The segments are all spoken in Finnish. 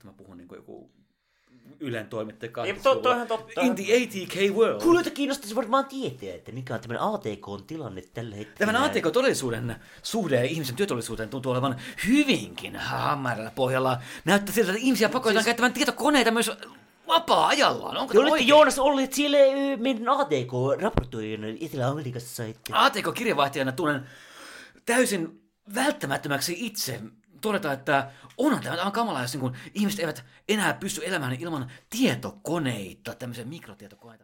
Tämä puhun niin kuin joku Ylen toimittaja Ei, 80-luvulla. totta. In the ATK world. Kuulijoita kiinnostaisi varmaan tietää, että mikä on tämmöinen ATK-tilanne tällä hetkellä. Tämän ATK-todellisuuden suhde ihmisen työtodellisuuteen tuntuu olevan hyvinkin hämärällä pohjalla. Näyttää siltä, että ihmisiä pakotetaan käyttämään tietokoneita myös vapaa-ajallaan. Onko Te tämä olette oikein? Joonas olleet siellä meidän ATK-raportoijana Etelä-Amerikassa. Että... ATK-kirjeenvaihtajana tunnen täysin välttämättömäksi itse todeta, että onhan tämä kamalaa, jos niin ihmiset eivät enää pysty elämään ilman tietokoneita, tämmöisiä mikrotietokoneita.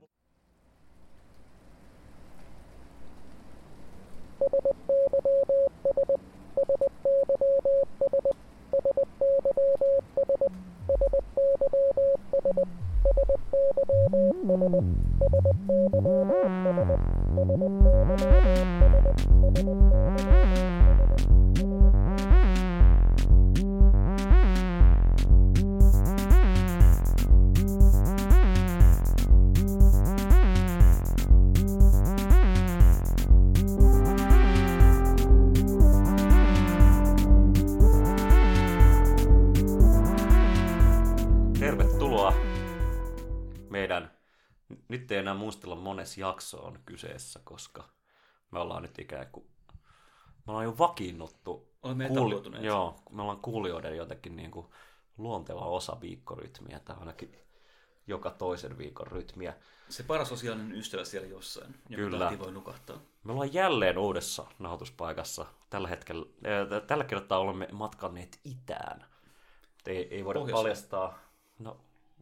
Tervetuloa meidän, nyt ei enää muistella mones jakso on kyseessä, koska me ollaan nyt ikään kuin, me ollaan jo vakiinnuttu. Olemme etabloituneet. Joo, me ollaan kuulijoiden jotenkin niin kuin luonteva osa viikkorytmiä, tai ainakin joka toisen viikon rytmiä. Se paras sosiaalinen ystävä siellä jossain, Kyllä. joka voi nukahtaa. Me ollaan jälleen uudessa nauhoituspaikassa. Tällä kertaa olemme matkanneet itään. Ei voida Pohjoiseen. paljastaa. No.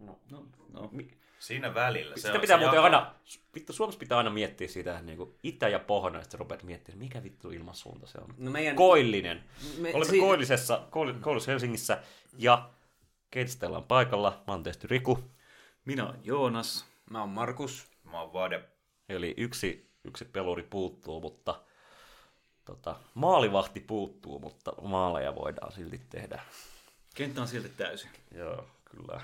Siinä välillä. Sitä pitää muuten aina, vittu Suomessa pitää aina miettiä sitä, niin kuin itä ja pohjoinen, että sä rupeat miettimään, mikä vittu ilmansuunta se on. No meidän... Koillinen. Olemme Koillisessa Helsingissä ja keitistellään paikalla. Mä oon tehty Riku. Minä olen Joonas. Mä oon Markus. Mä oon Vade. Eli yksi peluri puuttuu, mutta maalivahti puuttuu, mutta maaleja voidaan silti tehdä. Kenttä on silti täysin. Joo, kyllä.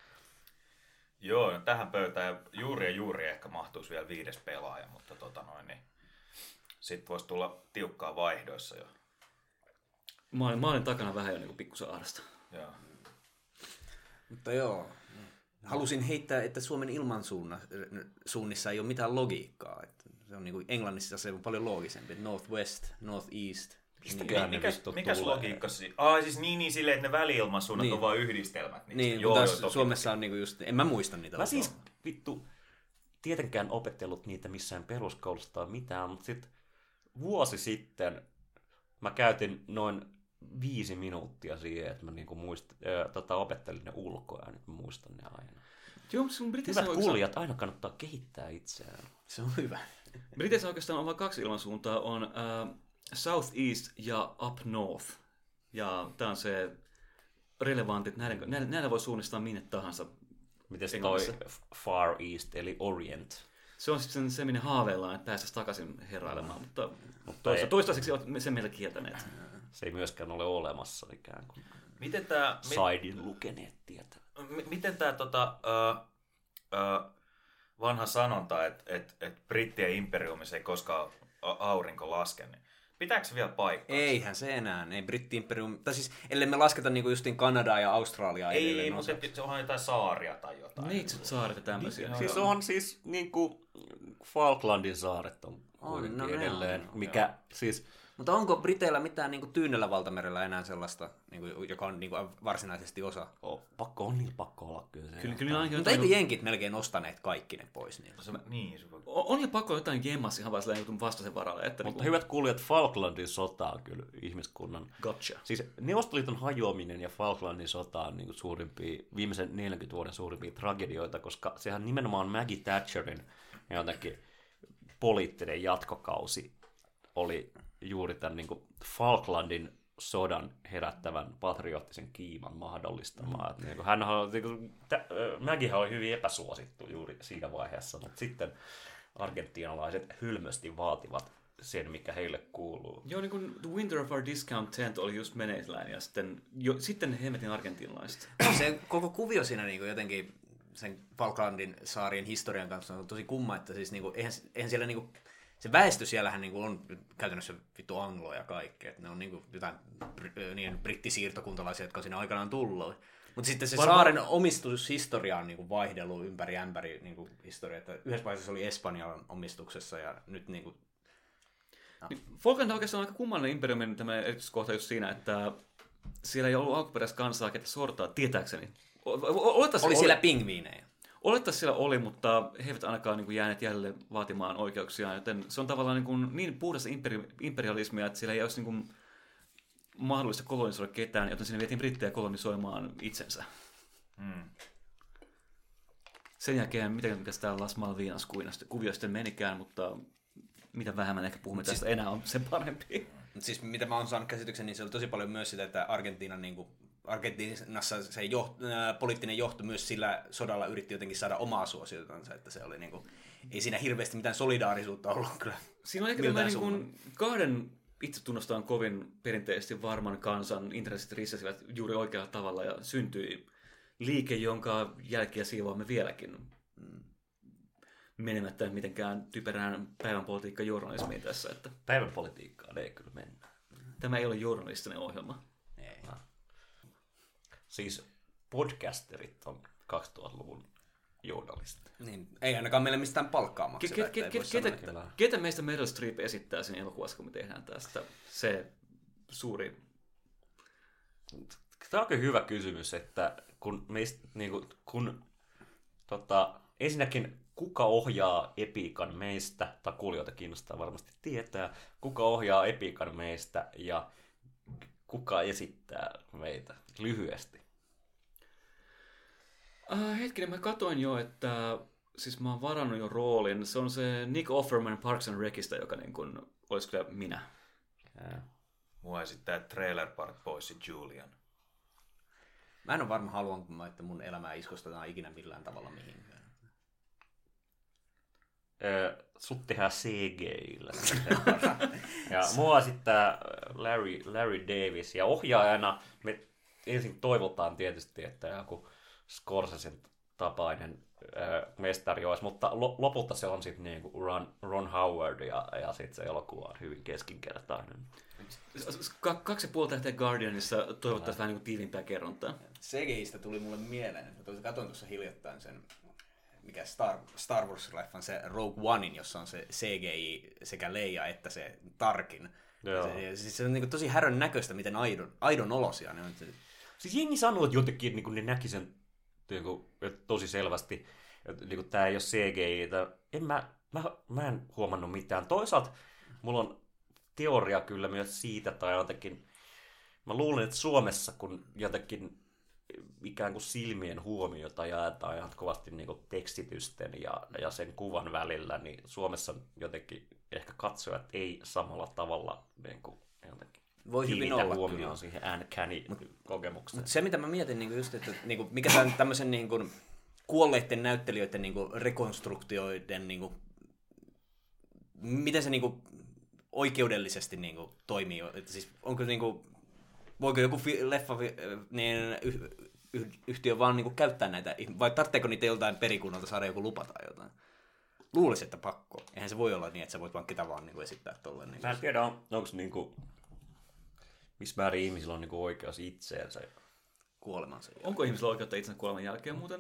Joo, no tähän pöytään juuri ehkä mahtuisi vielä 5. pelaaja, mutta niin sitten voisi tulla tiukkaa vaihdoissa jo. Maalin takana vähän jo niin kuin pikkusen ahdasta. Joo. Mutta joo, halusin heittää, että Suomen ilmansuunnissa ei ole mitään logiikkaa. Että se on niin kuin Englannissa se on paljon loogisempi. Northwest, Northeast. Mistäkään ne vittu Mikäs tulee? logiikka siis? Siis niin silleen, että ne väli-ilmansuunnat Niin. on vain yhdistelmät. Niin, joo, taas toki. Suomessa on niinku just, en mä muista niitä. Mä siis vittu tietenkään opetellut niitä missään peruskoulussa tai mitään, mutta sitten vuosi sitten mä käytin noin 5 minuuttia siihen, että mä niinku opettelin ne ulkoa ja nyt mä muistan ne aina. Joo, sun Briteissä Hyvät kuulijat, aina kannattaa kehittää itseään. Se on hyvä. Briteissä oikeastaan on vain 2 ilmansuuntaa, on South East ja Up North. Ja tää on se relevantti, että näillä voi suunnistaa minne tahansa. Miten toi Englannissa. Far East eli Orient? Se on sitten se, minne haaveillaan, että päästäisiin takaisin herrailemaan, mutta toistaiseksi ovat sen meiltä kieltäneet. Se ei myöskään ole olemassa ikään kuin. Miten tää... Saidin lukeneet tietää. Miten tää vanha sanonta, että brittien imperiumissa ei koskaan aurinko laske, niin pitääkö se vielä paikkaa? Eihän se enää, ei Britti-imperium, tai siis ellei me lasketa niinku justiin Kanadaa ja Australiaa edelleen Ei, mutta osaksi. se onhan jotain saaria tai jotain. Neitsyt saaret ja tämmöisiä. Siis on siis niinku Falklandin saaret on On, kuitenkin no ne edelleen, on, mikä siis Mutta onko Briteillä mitään niinku Tyynellä valtamerellä enää sellaista, niinku, joka on niinku varsinaisesti osa? on niillä pakko olla kyllä se. Kyllä ainakin Mutta eikö jenkit melkein ostaneet kaikki ne pois? Niin? Niin, on jo pakko jotain gemmas ihan vaan silleen vastaisen varalle. Että Mutta niinku, hyvät kuulijat, Falklandin sota on kyllä ihmiskunnan. gotcha. Siis Neuvostoliiton hajoaminen ja Falklandin sota on niin suurimpia, viimeisen 40 vuoden suurimpia tragedioita, koska sehän nimenomaan Maggie Thatcherin jotenkin poliittinen jatkokausi oli juuri tämän niin kuin Falklandin sodan herättävän patriottisen kiiman mahdollistamaa. Niin kuin Maggiehän oli hyvin epäsuosittu juuri siinä vaiheessa, mutta sitten argentiinalaiset hylmösti vaativat sen, mikä heille kuuluu. Joo, niin kuin The Winter of Our Discount Tent oli just meneillään ja sitten hemmetin argentinalaiset. Se koko kuvio siinä niinku jotenkin sen Falklandin saarien historian kanssa on tosi kumma, että siis niinku, eihän siellä niinku, se väestö siellähän niinku on käytännössä vittu angloja kaikkea, että ne on niinku jotain niin brittisiirtokuntalaisia, jotka on siinä aikanaan tullut. Mutta sitten se saaren omistushistoria on niinku vaihdellut ympäri ämpäri niinku historia. Että yhdessä vaiheessa se oli Espanjan omistuksessa ja nyt niinku... No. Niin Falkland oikeastaan on aika kummallinen imperiumin tämä erityiskohta just siinä, että siellä ei ollut alkuperäistä kansaa, ketä sortaa, tietääkseni. Oli siellä pingviinejä. Olettaisiin siellä oli, mutta he eivät ainakaan niin kuin jääneet jälleen vaatimaan oikeuksiaan, joten se on tavallaan niin puhdasta imperialismia, että siellä ei olisi niin kuin mahdollista kolonisoida ketään, joten sinne vietiin brittejä kolonisoimaan itsensä. Sen jälkeen, miten tämä Las Malvinas kuvio sitten menikään, mutta mitä vähemmän ehkä puhumme tästä enää, on sen parempi. Siis mitä mä oon saanut käsityksen, niin se oli tosi paljon myös sitä, että Argentiinassa se poliittinen johto myös sillä sodalla yritti jotenkin saada omaa suosiotansa, että se oli niinku, ei siinä hirveästi mitään solidaarisuutta ollut kyllä. Siinä on ehkä tämmöinen niin kahden itsetunnostaan kovin perinteisesti varman kansan intressit rissäsivät juuri oikealla tavalla ja syntyi liike, jonka jälkiä siivoamme vieläkin. Menemättä mitenkään typerään päivänpolitiikka-journalismiin tässä. Että Päivänpolitiikkaan ei kyllä mennä. tämä ei ole journalistinen ohjelma. Ei. Siis podcasterit on 2000-luvun journalistit. Niin, ei ainakaan meille mistään palkkaa makseta. Ketä meistä Meryl Streep esittää siinä elokuvassa, kun me tehdään tästä se suuri... Tämä onkin hyvä kysymys, että ensinnäkin kuka ohjaa Epiikan meistä, tai kuulijoita kiinnostaa varmasti tietää, kuka ohjaa Epiikan meistä ja kuka esittää meitä lyhyesti. Hetkinen, mä katoin jo, että siis mä oon varannut jo roolin. Se on se Nick Offerman Parks and Recistä, joka niin kuin olisi kyllä minä. Mua esittää Trailer Park Boysin Julian. Mä en ole varma, haluanko mä, että mun elämää iskostetaan ikinä millään tavalla mihinkään. Sut tehdään CG:llä. Ja mua esittää Larry Davis. Ja ohjaajana me ensin toivotaan tietysti, että joku Scorsesen tapainen mestari olisi, mutta lopulta se on sitten niinku Ron Howard ja sitten se elokuva on hyvin keskinkertainen. 2,5 tähteä Guardianissa toivottaisiin vähän niin kuin tiivimpää kerrontaa. CGIstä tuli mulle mieleen, että katsoin tuossa hiljattain sen mikä Star Wars-leffan, se Rogue Onein, jossa on se CGI sekä Leia että se Tarkin. Se on niin tosi härön näköistä, miten aidon olosia ne on. Siis jengi sanoo, että jotenkin niin ne näki sen tosi selvästi, että niin tämä ei ole CGI. Mä en huomannut mitään. Toisaalta mulla on teoria kyllä myös siitä, tai jotenkin, mä luulen, että Suomessa kun jotenkin ikään kuin silmien huomiota jaetaan jatkuvasti niin kuin tekstitysten ja sen kuvan välillä, niin Suomessa jotenkin ehkä katsojat ei samalla tavalla niin kuin jotenkin voi hyvin olla huomioon siihen uncanny-kokemukseen. Mutta se, mitä mä mietin, niin just, että niin mikä tämä tämmöisen niin kuin kuolleiden näyttelijöiden niin kuin rekonstruktioiden, niin kuin, miten se niin kuin oikeudellisesti niin kuin toimii? Että siis, onko, niin kuin, voiko joku leffa niin, yhtiö vaan niin kuin käyttää näitä, vai tarvitseeko niitä joltain perikunnalta saada joku lupa tai jotain? Luulisin, että pakko. Eihän se voi olla niin, että sä voit vaan ketä vaan niin kuin esittää tolleen. Niin mä en tiedä, onko niinku, missä määrin ihmisillä on niinku oikeus itseensä kuolemansa jälkeen. Onko ihmisillä oikeutta itsensä kuoleman jälkeen muuten?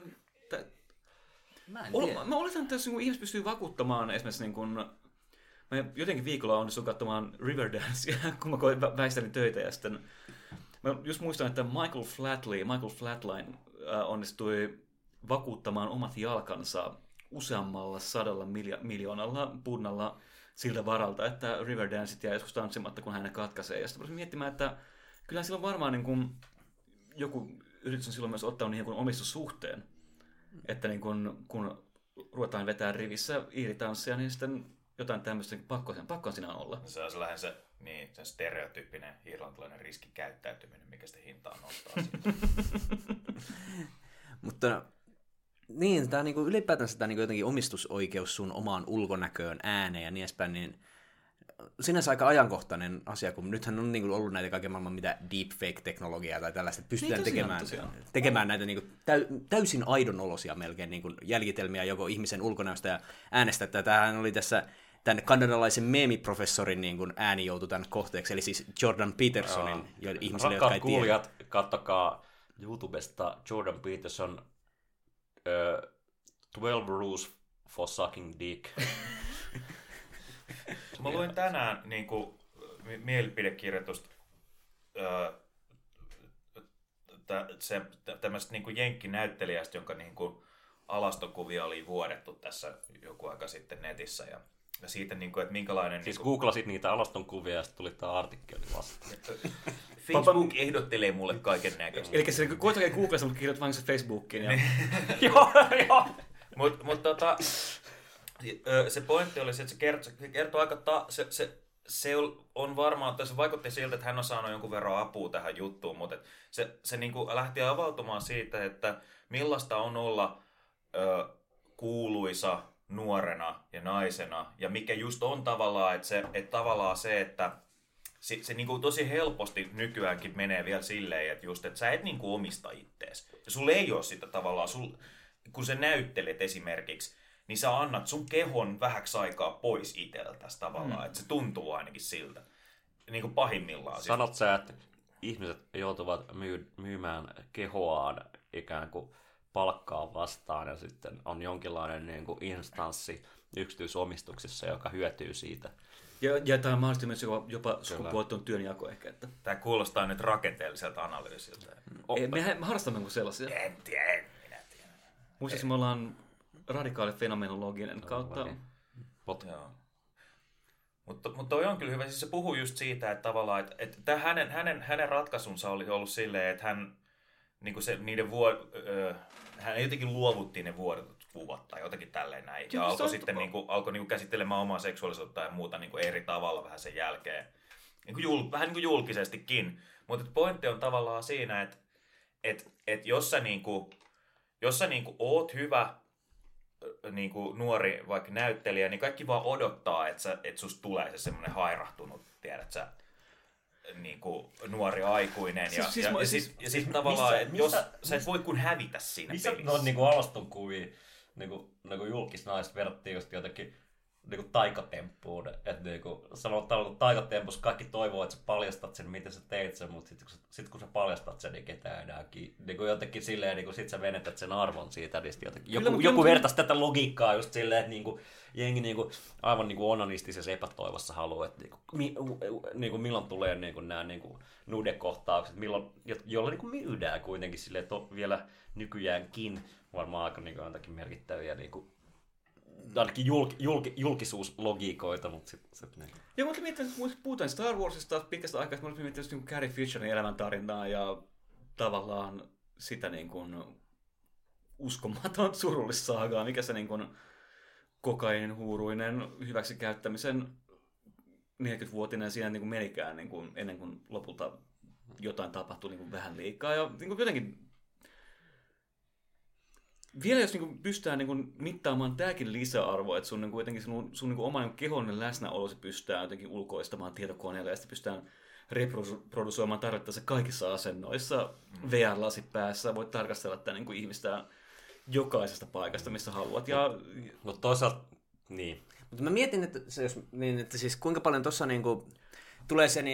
Mä en tiedä. Mä oletan, että jos ihmiset pystyy vakuuttamaan esimerkiksi niin kun, mä jotenkin viikolla onnistuin katsomaan Riverdancea, kun mä väistelin töitä ja sitten mä just muistan, että Michael Flatline onnistui vakuuttamaan omat jalkansa useammalla 100 miljoonalla punnalla siltä varalta, että Riverdancet jää joskus tanssimatta, kun hänen katkaisee. Ja sitten voisin miettimään, että kyllä silloin varmaan niin kuin, joku yritys on silloin myös ottanut niin kuin omistussuhteen. Että niin kun ruvetaan vetää rivissä iiritanssia, niin sitten jotain tämmöistä pakko siinä olla. Se on sellainen se stereotyyppinen irlantilainen riskikäyttäytyminen, mikä sitä hintaa nostaa siitä. Mutta niin, tämä niinku, ylipäätänsä tämä niinku jotenkin omistusoikeus sun omaan ulkonäköön, ääneen ja niin edespäin, niin sinänsä aika ajankohtainen asia, kun nythän on niinku ollut näitä kaiken maailman mitä deepfake-teknologiaa tai tällaista, että pystytään tekemään näitä niinku täysin aidonolosia melkein niinku jäljitelmiä joko ihmisen ulkonäöstä ja äänestä. Tämähän oli tässä tämän kanadalaisen meemiprofessorin niin kuin ääni joutui tämän kohteeksi, eli siis Jordan Petersonin ihmisille, jotka ei kuulijat, kattokaa YouTubesta Jordan Peterson 12 Rules for Sucking Dick. Mä luin tänään niin kuin, mielipidekirjoitusta tämmöisestä niin kuin jenkkinäyttelijästä, jonka niin kuin, alastokuvia oli vuodettu tässä joku aika sitten netissä. Ja siitä, niin kuin, että minkälainen... Siis niin kuin... googlasit niitä alastonkuvia ja sitten tuli tämä artikkeli vastaan. Facebook ehdottelee mulle kaiken näköistä. Eli se koitakin Googlessa, mutta kirjoit vain se Facebookiin. Ja... Joo. Mutta se pointti oli se, että se kertoo aika... Se on varmaan, että se vaikutti siltä, että hän on saanut jonkun verran apua tähän juttuun, mutta se niin kuin lähti avautumaan siitä, että millaista on olla kuuluisa nuorena ja naisena, ja mikä just on tavallaan, että se niin kuin tosi helposti nykyäänkin menee vielä silleen, että just, että sä et niin kuin omista ittees. Ja sulla ei ole sitä tavallaan, kun sä näyttelet esimerkiksi, niin sä annat sun kehon vähäksi aikaa pois itseltäsi tavallaan, että se tuntuu ainakin siltä. Niin kuin pahimmillaan. Sanot sä, että ihmiset joutuvat myymään kehoaan ikään kuin palkkaa vastaan ja sitten on jonkinlainen niin kuin instanssi yksityisomistuksessa, joka hyötyy siitä. Ja tämä on mahdollisesti myös jopa sukupuolton työnjako ehkä. Että... Tämä kuulostaa nyt rakenteelliselta analyysiltä. Me harrastammeko sellaisia? En tiedä. Muistaakseni me ollaan radikaali fenomenologinen kautta. Joo. Mutta toi on kyllä hyvä. Siis se puhuu just siitä, että tavallaan, että hänen ratkaisunsa oli ollut silleen, että hän niinku se, hän jotenkin luovutti ne vuodetut kuvat tai jotenkin tälleen näin. Ja alkoi sitten alkoi käsittelemään omaa seksuaalisuutta ja muuta niinku eri tavalla vähän sen jälkeen. Vähän niin kuin julkisestikin. Mutta pointti on tavallaan siinä, että jos sä oot hyvä niinku nuori vaikka näyttelijä, niin kaikki vaan odottaa, että susta tulee se semmoinen hairahtunut, tiedät sä, niinku nuori aikuinen. Ja sitten tavallaan, että jos sä et voi kun hävitä siinä pelissä. Missä on niinku alastonkuvia, niinku julkisnaiset verrattiin just jotenkin niinku taikatemppuun. Että niinku sanotaan, että taikatempussa kaikki toivoo, että sä paljastat sen, miten sä teit sen, mutta sit kun sä paljastat sen, niin ketään enää niinku jotenkin silleen, niinku sit sä venetät sen arvon siitä. Niin joku vertaisi tätä logiikkaa just silleen, että niinku, jengi niinku, aivan niinku onanistisessa epätoivossa haluaa, että niinku, milloin tulee niinku, nämä niinku, nude-kohtaukset, joilla niinku, myydään kuitenkin silleen, että vielä nykyäänkin varmaan aika niinku, jotakin merkittäviä niinku, ainakin julkisuuslogiikoita, mutta sitten... Joo, mutta mietin, että puhutaan Star Warsista pitkästä aikaa, mutta mietin just Carrie Fisherin elämäntarinaa ja tavallaan sitä niin kuin uskomaton surullissaagaa, mikä se niin kuin kokainin huuruinen hyväksikäyttämisen 40-vuotinen siinä niin kuin menikään niin kuin ennen kuin lopulta jotain tapahtui niin kuin vähän liikaa ja niin kuin jotenkin vielä jos niinku pystytään niinku mittaamaan tämäkin lisäarvo, että sun niinku jotenkin sun niinku oma niinku kehollinen läsnäolo se pystytään jotenkin ulkoistamaan tietokoneella ja sitten pystytään reprodusoimaan tarvittaessa kaikissa asennoissa, VR-lasi päässä, voit tarkastella tämän niinku ihmistä jokaisesta paikasta, missä haluat. Mutta toisaalta, niin. Mutta mä mietin, että, että siis kuinka paljon tuossa niinku tulee se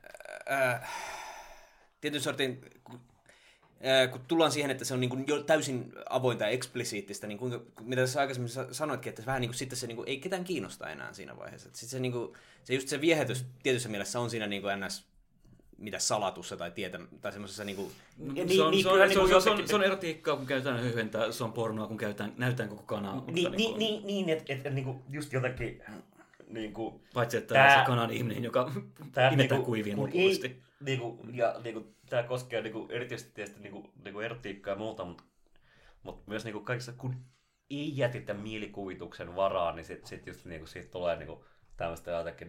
tietyn sortin... kun tullaan siihen, että se on niin jo täysin avointa ja eksplisiittistä, niin mitä sä aikaisemmin sanoitkin, että vähän niin kuin, sitten se niin kuin, ei ketään kiinnosta enää siinä vaiheessa. Sitten se, niin kuin, se viehätys tietyssä mielessä on siinä niin kuin ns. Mitä salatussa tai tai semmoisessa niin kuin... Se on erotiikkaa, kun käytetään höyhentää, se on pornoa, kun näytetään koko kanaa. Niin, että niinku just jotenkin... Niinku, paitsi, että tämä se kanan ihminen, joka imettää kuiviin lopullisesti. Tämä koskee erityisesti tietysti erotiikkaa ja muuta, mutta myös kaikissa, kun ei jätetä mielikuvituksen varaan, niin sitten just siitä tulee tämmöistä jotakin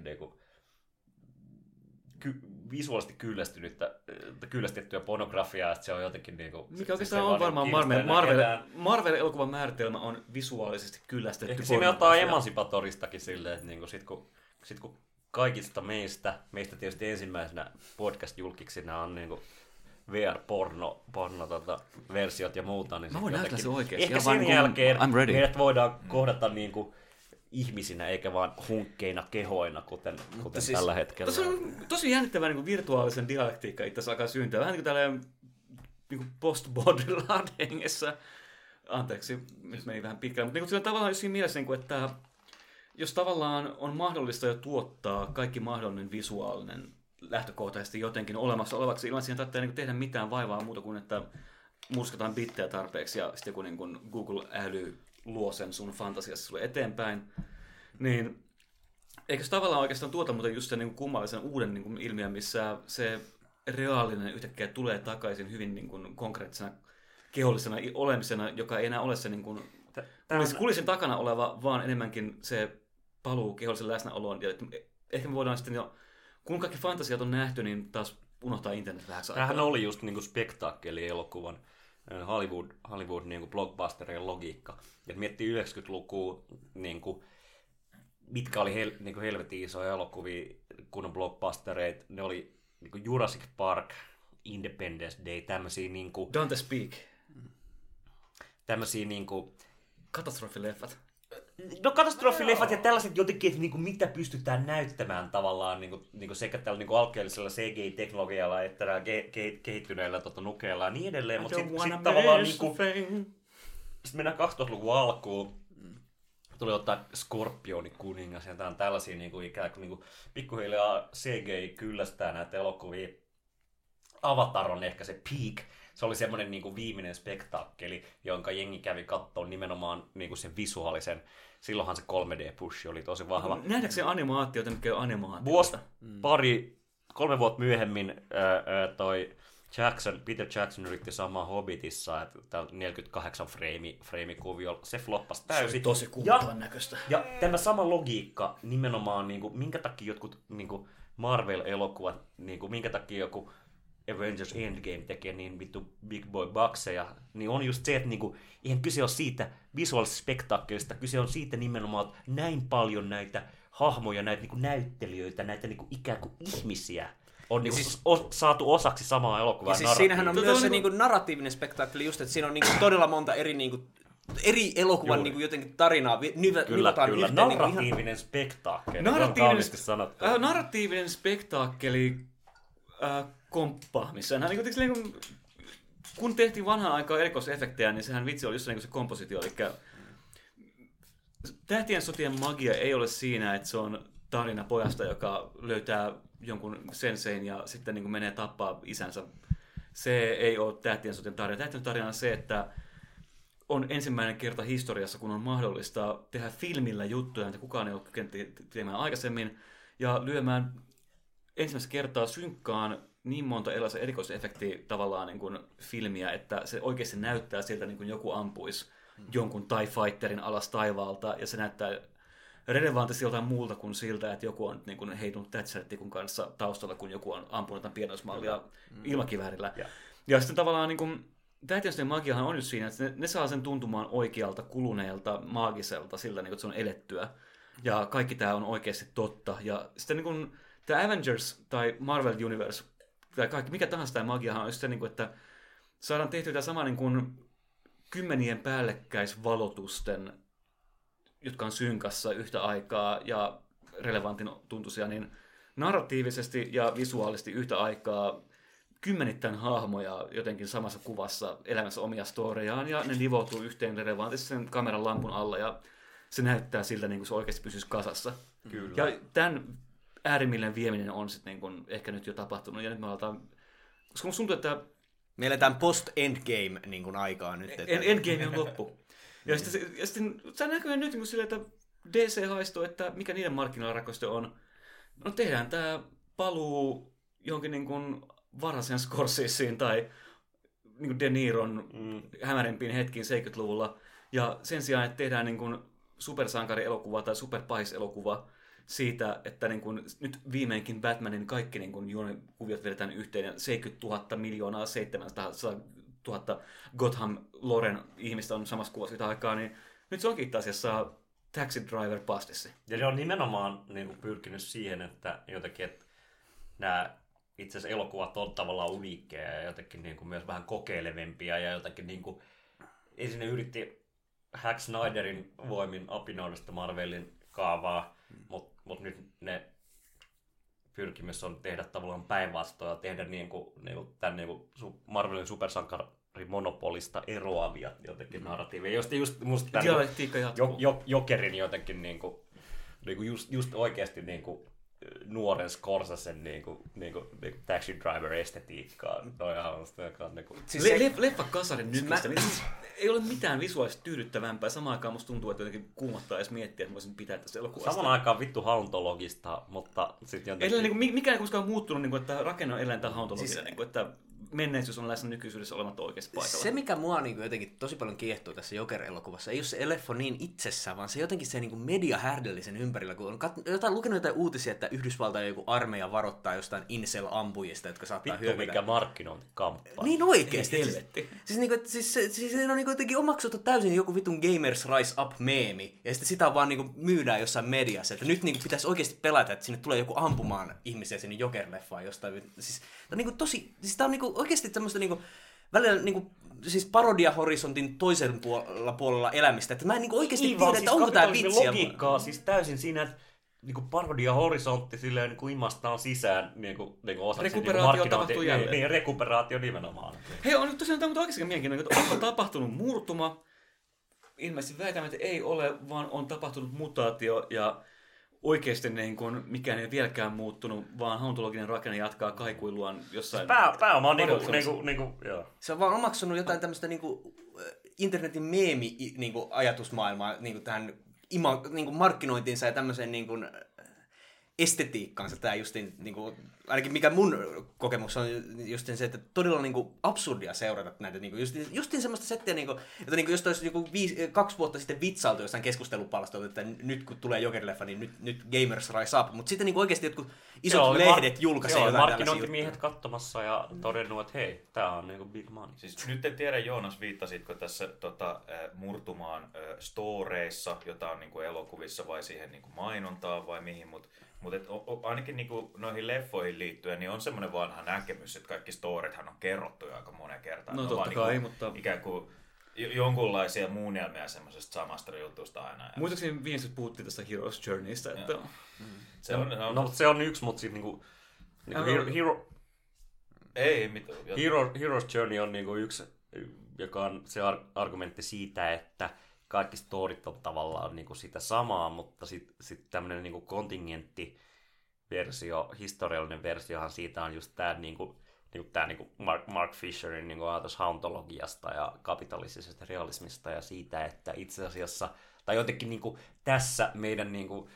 visuaalisesti kyllästettyä pornografiaa, että se on jotenkin... Mikä oikeastaan on varmaan Marvel-elokuvan määritelmä on visuaalisesti kyllästetty pornografia. Ehkä siinä ottaa emansipatoristakin silleen, että sit kun kaikista meistä tietysti ensimmäisenä podcast-julkiksina on VR-porno-versiot ja muuta, niin mä voin näyttää se oikeasti. Ehkä sen jälkeen meidät voidaan kohdata ihmisinä eikä vaan hunkkeina kehoina, kuten siis, tällä hetkellä. Tuossa on tosi jännittävää virtuaalisen dialektiikka itse asiassa alkaa syntyä. Vähän niin kuin tällainen niin post-Baudrillard hengessä. Anteeksi, nyt meni vähän pitkään, mutta niin sillä tavallaan siinä mielessä, niin kuin, että jos tavallaan on mahdollista jo tuottaa kaikki mahdollinen visuaalinen lähtökohtaisesti jotenkin olemassa olevaksi, ilman siihen tarvitsee niin tehdä mitään vaivaa muuta kuin, että murskataan bittejä tarpeeksi ja sitten kun niin Google-äly luo sen sun fantasiassa sulle eteenpäin, niin eikö se tavallaan oikeastaan tuota muuten just sen niin kummallisen uuden niin ilmiön, missä se reaalinen yhtäkkiä tulee takaisin hyvin niin konkreettisena kehollisena olemisena, joka ei enää ole se niin kulisin takana oleva, vaan enemmänkin se paluu kehollisen läsnäoloon. Ja ehkä me voidaan sitten jo, kun kaikki fantasiat on nähty, niin taas unohtaa internet vähäksi aikaa. Tämähän oli just niin spektaakkeli-elokuvan Hollywood niin blockbusterien logiikka. Et miettii 90-lukua, niin kuin, mitkä oli niin helvetin isoja elokuvia, kun on blockbustereita. Ne oli niin kuin Jurassic Park, Independence Day, tämmöisiä niin kuin... Don't Speak. Tämmöisiä niin kuin... Katastrofileffat. No katastrofileffat ja tällaiset jotenkin, että niinku, mitä pystytään näyttämään tavallaan niinku sekä tällä niinku alkeellisella CGI-teknologialla että kehittyneillä nukeilla ja niin edelleen. Mutta sitten tavallaan niinku, sit mennään 2000-luvun alkuun. Tuli ottaa Skorpioni kuningas ja tällaisia niinku, ikään kuin niinku, pikkuhiljaa CGI kyllästää näitä elokuvia. Avatar on ehkä se peak. Se oli semmoinen niinku viimeinen spektaakkeli, jonka jengi kävi katsoa nimenomaan niinku sen visuaalisen. Silloinhan se 3D-pushi oli tosi vahva. Nähdäänkö se animaatioita, mikä on animaatioita? Vuosi, 3 vuotta myöhemmin Peter Jackson yritti samaa Hobbitissa, että 48 freimikuvio, se floppasi täysin. Se oli tosi kuumottavan näköistä. Ja tämä sama logiikka nimenomaan, niinku, minkä takia jotkut niinku Marvel-elokuvat, niinku, minkä takia joku Avengers Endgame tekee niin vittu big boy buckseja, niin on just se, että niinku, eihän kyse ole siitä visuaalisesta spektaakkelista, kyse on siitä nimenomaan, että näin paljon näitä hahmoja, näitä niinku näyttelijöitä, näitä niinku ikään kuin ihmisiä on niinku siis, saatu osaksi samaa elokuvaa. Ja siis siinähän on myös se niinku narratiivinen spektaakkeli, just että siinä on niinku todella monta eri elokuvan niinku jotenkin tarinaa. Kyllä. Narratiivinen spektaakkeli. Narratiivinen spektaakkeli komppa, missä niin kun tehtiin vanhaan aikaan erikoisefektejä, niin sehän vitsi oli just niin se kompositio. Eli Tähtien sotien magia ei ole siinä, että se on tarina pojasta, joka löytää jonkun sensein ja sitten niin menee tappaa isänsä. Se ei ole Tähtien sotien tarina. Tähtien tarina on se, että on ensimmäinen kerta historiassa, kun on mahdollista tehdä filmillä juttuja, että kukaan ei ole kykennyt tekemään aikaisemmin, ja lyömään ensimmäistä kertaa synkkaan niin monta erilaisia erikoisefektiä tavallaan niin kuin filmiä, että se oikeasti näyttää siltä, niin kuin joku ampuisi jonkun TIE Fighterin alas taivaalta, ja se näyttää relevantisti joltain muulta kuin siltä, että joku on niin kuin heitunut Thatcher-tikun kanssa taustalla, kun joku on ampunut tämän pienoismallia ilmakiväärillä. Ja sitten tavallaan niin kuin, Tähtien sotien magiahan on just siinä, että ne saa sen tuntumaan oikealta, kuluneelta, maagiselta, sillä niin kuin, että se on elettyä. Ja kaikki tämä on oikeasti totta. Ja sitten niin kuin, tämä Avengers tai Marvel Universe, tai kaikki, mikä tahansa tämä magiahan on se, että saadaan tehtyä tämä sama niin kuin kymmenien päällekkäisvalotusten, jotka on synkassa yhtä aikaa ja relevantin tuntuisia, niin narratiivisesti ja visuaalisesti yhtä aikaa kymmenittäin hahmoja jotenkin samassa kuvassa elämässä omia storejaan, ja ne nivoutuu yhteen relevantisti sen kameran lampun alla, ja se näyttää siltä, niin kuin se oikeasti pysyisi kasassa. Kyllä. Ja tämän äärimmilleen vieminen on sitten niin kuin ehkä nyt jo tapahtunut, ja nyt me aletaan, koska musta tuntuu, että me eletään post-endgame niin kuin aikaa nyt. Endgame on loppu. Ja sitten se näkyy nyt niin silleen, että DC haistuu, että mikä niiden markkinoilla on. No tehdään tämä paluu jonkin niin kuin varhaisen Scorseseen tai niin kuin De Niron hämärimpiin hetkiin 70-luvulla. Ja sen sijaan, että tehdään niin kuin supersankarielokuva tai superpahiselokuva siitä, että niin kuin nyt viimeinkin Batmanin kaikki niin kuin juonikuviot vedetään yhteen ja 70 000 700 000 Gotham-Loren ihmistä on samassa kuvassa yhtä aikaa, niin nyt se onkin itse asiassa Taxi Driver pastissi. Ja ne on nimenomaan niin kuin pyrkinyt siihen, että jotenkin, että nämä itse asiassa elokuvat on tavallaan uniikkeja ja jotenkin niin kuin myös vähän kokeilevempia ja jotenkin niin kuin, ei sinne yritti Zack Snyderin voimin apinoida sitä Marvelin kaavaa, mutta nyt ne pyrkimys on tehdä tavallaan päinvastoin ja tehdä tämän Marvelin supersankari monopolista eroavia jotenkin narratiiveja. Just musta tämän Jokerin jotenkin just oikeasti nuoren Scorsesen Taxi Driver-estetiikkaa. Leffa kasarin nykyistä. Ei ole mitään visuaalisesti tyydyttävämpää. Samaan aikaan musta tuntuu, että jotenkin kuumottaa edes miettiä, että voisin pitää tässä elokuvasta. Samaan aikaan vittu hauntologista, mutta sitten jotenkin... Mikään ei koskaan muuttunut, että rakenne on edelleen tämä hauntologista, että menneisyys on läsnä nykyisyydessä olematta oikeasti paikalla. Se, mikä mua jotenkin tosi paljon kiehtoo tässä Joker-elokuvassa, ei ole se leffa niin itsessään, vaan se jotenkin se media härdellisen ympärillä, kun on lukenut jotain uutisia, että Yhdysvaltain joku armeija varoittaa jostain incel-ampujista, jotka saattaa hyökätä. Vittu, mikä markkinointikamppailu. Niin oikeesti. Helvetti. Siis on jotenkin omaksuttu täysin joku vitun Gamers Rise Up-meemi, ja sitten sitä vaan myydään jossain mediassa, että nyt pitäisi oikeasti pelätä, että sinne tulee joku ampumaan ihmisiä sinne Joker-leffaan jostain. Siis, tämä on tää on oikeasti tämmöistä välillä siis parodia-horisontin toisen puolella elämistä, että mä en oikeasti tiedä, että onko tää vitsiä. Logiikkaa siis täysin siinä, että parodia-horisontti silleen imastaan sisään osaksi rekuperaatio tapahtuu jälleen. Niin, rekuperaatio nimenomaan. Hei, on nyt tosiaan tämä oikeasti mielenkiintoinen, että onko tapahtunut murtuma? Ilmeisesti väitämme, että ei ole, vaan on tapahtunut mutaatio ja oikeasti mikään ei vieläkään muuttunut, vaan hauntologinen rakenne jatkaa kaikuiluaan jossain... Pääoma on joo. Se on vaan omaksunut jotain tämmöistä internetin meemi-ajatusmaailmaa tähän markkinointiinsa ja tämmöiseen estetiikkaansa. Tämä justiin, ainakin mikä mun kokemus on justiin se, että todella absurdia seurata näitä. Justiin semmoista settiä, että jos olisi joku 2 vuotta sitten vitsailtu jossain keskustelupalstoilta, että nyt kun tulee Joker-leffa, niin nyt Gamers Rise Up. Mutta sitten oikeasti jotkut isot lehdet julkaisee jotain tällaisia juttuja. Markkinointimiehet katsomassa ja todennut, että hei, tää on big money. Siis nyt en tiedä, Joonas, viittasitko tässä murtumaan storeissa, jota on elokuvissa vai siihen mainontaan vai mihin, mutta ainakin noihin leffoihin liittyen niin on semmoinen vanha näkemys, että kaikki storithan on kerrottu jo aika monen kertaan. No totta kai, mutta... Ikään kuin jonkunlaisia muunnelmia semmoisesta samasta jutusta aina. Muistaakseni viimeksi puhuttiin tästä Hero's Journeysta, että... Se on yksi, mutta sitten Hero's Journey on yksi, joka on se argumentti siitä, että kaikki storit on tavallaan sitä samaa, mutta sitten tämmöinen kontingenttiversio, historiallinen versiohan siitä on just tämä Mark Fisherin ajatus hauntologiasta ja kapitalistisesta realismista ja siitä, että itse asiassa, tai jotenkin tässä meidän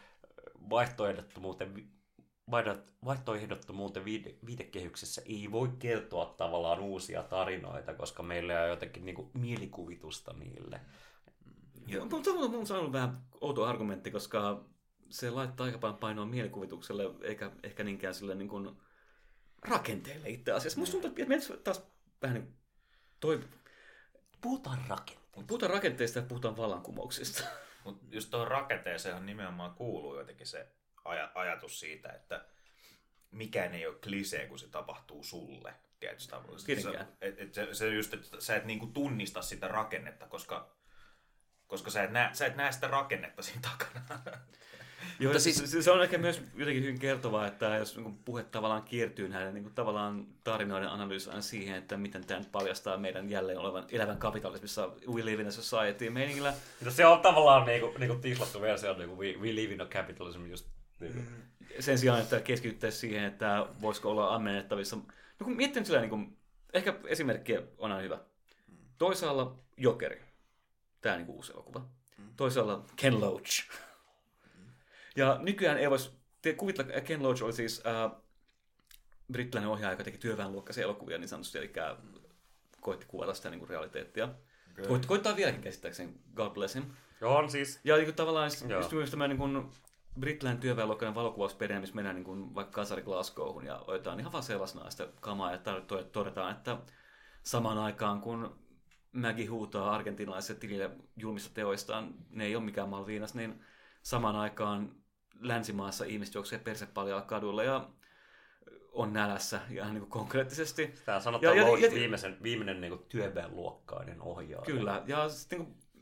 vaihtoehdottomuuden viitekehyksessä ei voi kertoa tavallaan uusia tarinoita, koska meillä on jotenkin mielikuvitusta niille. Mutta mun on ollut vähän outo argumentti, koska se laittaa aika paljon painoa mielikuvitukselle, eikä ehkä niinkään sille rakenteelle itse asiassa. Musta tuntuu, että meidän taas vähän Puhutaan rakenteista ja puhutaan vallankumouksista. Mutta just tuohon rakenteeseen nimenomaan kuuluu jotenkin se ajatus siitä, että mikään ei ole klisee, kun se tapahtuu sulle. Se just, että sä et tunnista sitä rakennetta, koska sä et näe sitä rakennetta siinä takana. Joo, mutta siis, se on ehkä myös jotenkin hyvin kertovaa, että jos puhe tavallaan kiertyy näiden tavallaan tarinoiden analyysiin siihen, että miten tämä nyt paljastaa meidän jälleen olevan elävän kapitalismissa we live in a society -meiningillä. No se on tavallaan tislattu versio, we live in a capitalism just. Sen sijaan, että keskityttäisiin siihen, että voisiko olla ammennettavissa. No kun miettii nyt sillä, ehkä esimerkkiä on aina hyvä. Toisaalla Jokeri. Tämä uusi elokuva. Toisaalla Ken Loach. Ja nykyään ei voisi kuvitella, Ken Loach oli siis brittiläinen ohjaaja, joka teki työväenluokkaisia elokuvia niin sanotusti, eli koitti kuvata sitä realiteettia. Okay. Koittaa vieläkin käsittääkseni, God bless him. Joo, on siis. Ja tavallaan just myös tämä brittiläinen työväenluokkainen valokuvausperinne, missä mennään vaikka kasari Glasgowhun ja otetaan ihan vaan sellaisena kamaa ja todetaan, että samaan aikaan kun Maggie huutaa argentinalaisille tilille julmista teoistaan, ne ei ole mikään Malvinas, niin samaan aikaan länsimaassa ihmiset juoksee persepaljaalla kadulla ja on nälässä ihan konkreettisesti. Tämä sanotaan viimeinen työväenluokkainen ohjaaja. Kyllä, ja sitten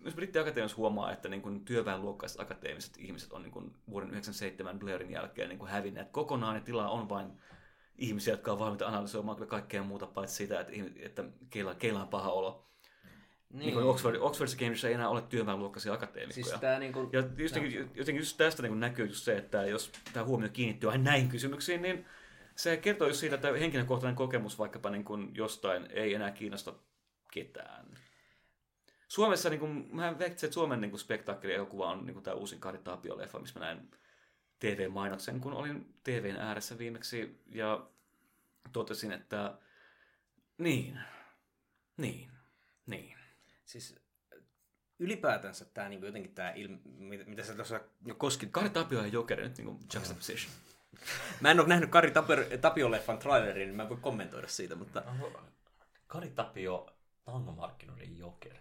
myös brittiakatemiassa huomaa, että niin kuin työväenluokkaiset akateemiset ihmiset on niin kuin vuoden 1997 Blairin jälkeen niin kuin hävinneet kokonaan, ja tilaa on vain ihmisiä, jotka on valmiita analysoimaan kaikkea muuta, paitsi sitä, että keillä on paha olo. Niin kuin Oxfordissa Cambridgeissa ei enää ole työväenluokkaisia akateemikkoja. Siis tää niinku... Ja jotenkin just tästä niin näkyy just se, että jos tämä huomio kiinnittyy aina näihin kysymyksiin, niin se kertoo just siitä, että henkilökohtainen kokemus vaikkapa niin kuin jostain ei enää kiinnosta ketään. Suomessa, niin kuin, mä väittäisin, että Suomen niin spektaakkeli-elokuva on niin tämä uusin Kari Tapio-leffa, missä mä näin TV-mainoksen, kun olin TVn ääressä viimeksi, ja totesin, että niin. Siis ylipäätänsä tämä niinku jotenkin tämä mitä sä tuossa koskit. Kari Tapio ja Jokeri nyt niinku juxtaposition. Mä en ole nähnyt Kari Tapio-leffan trailerin, niin mä en voi kommentoida siitä, mutta... Kari Tapio, tangomarkkinoiden Jokeri.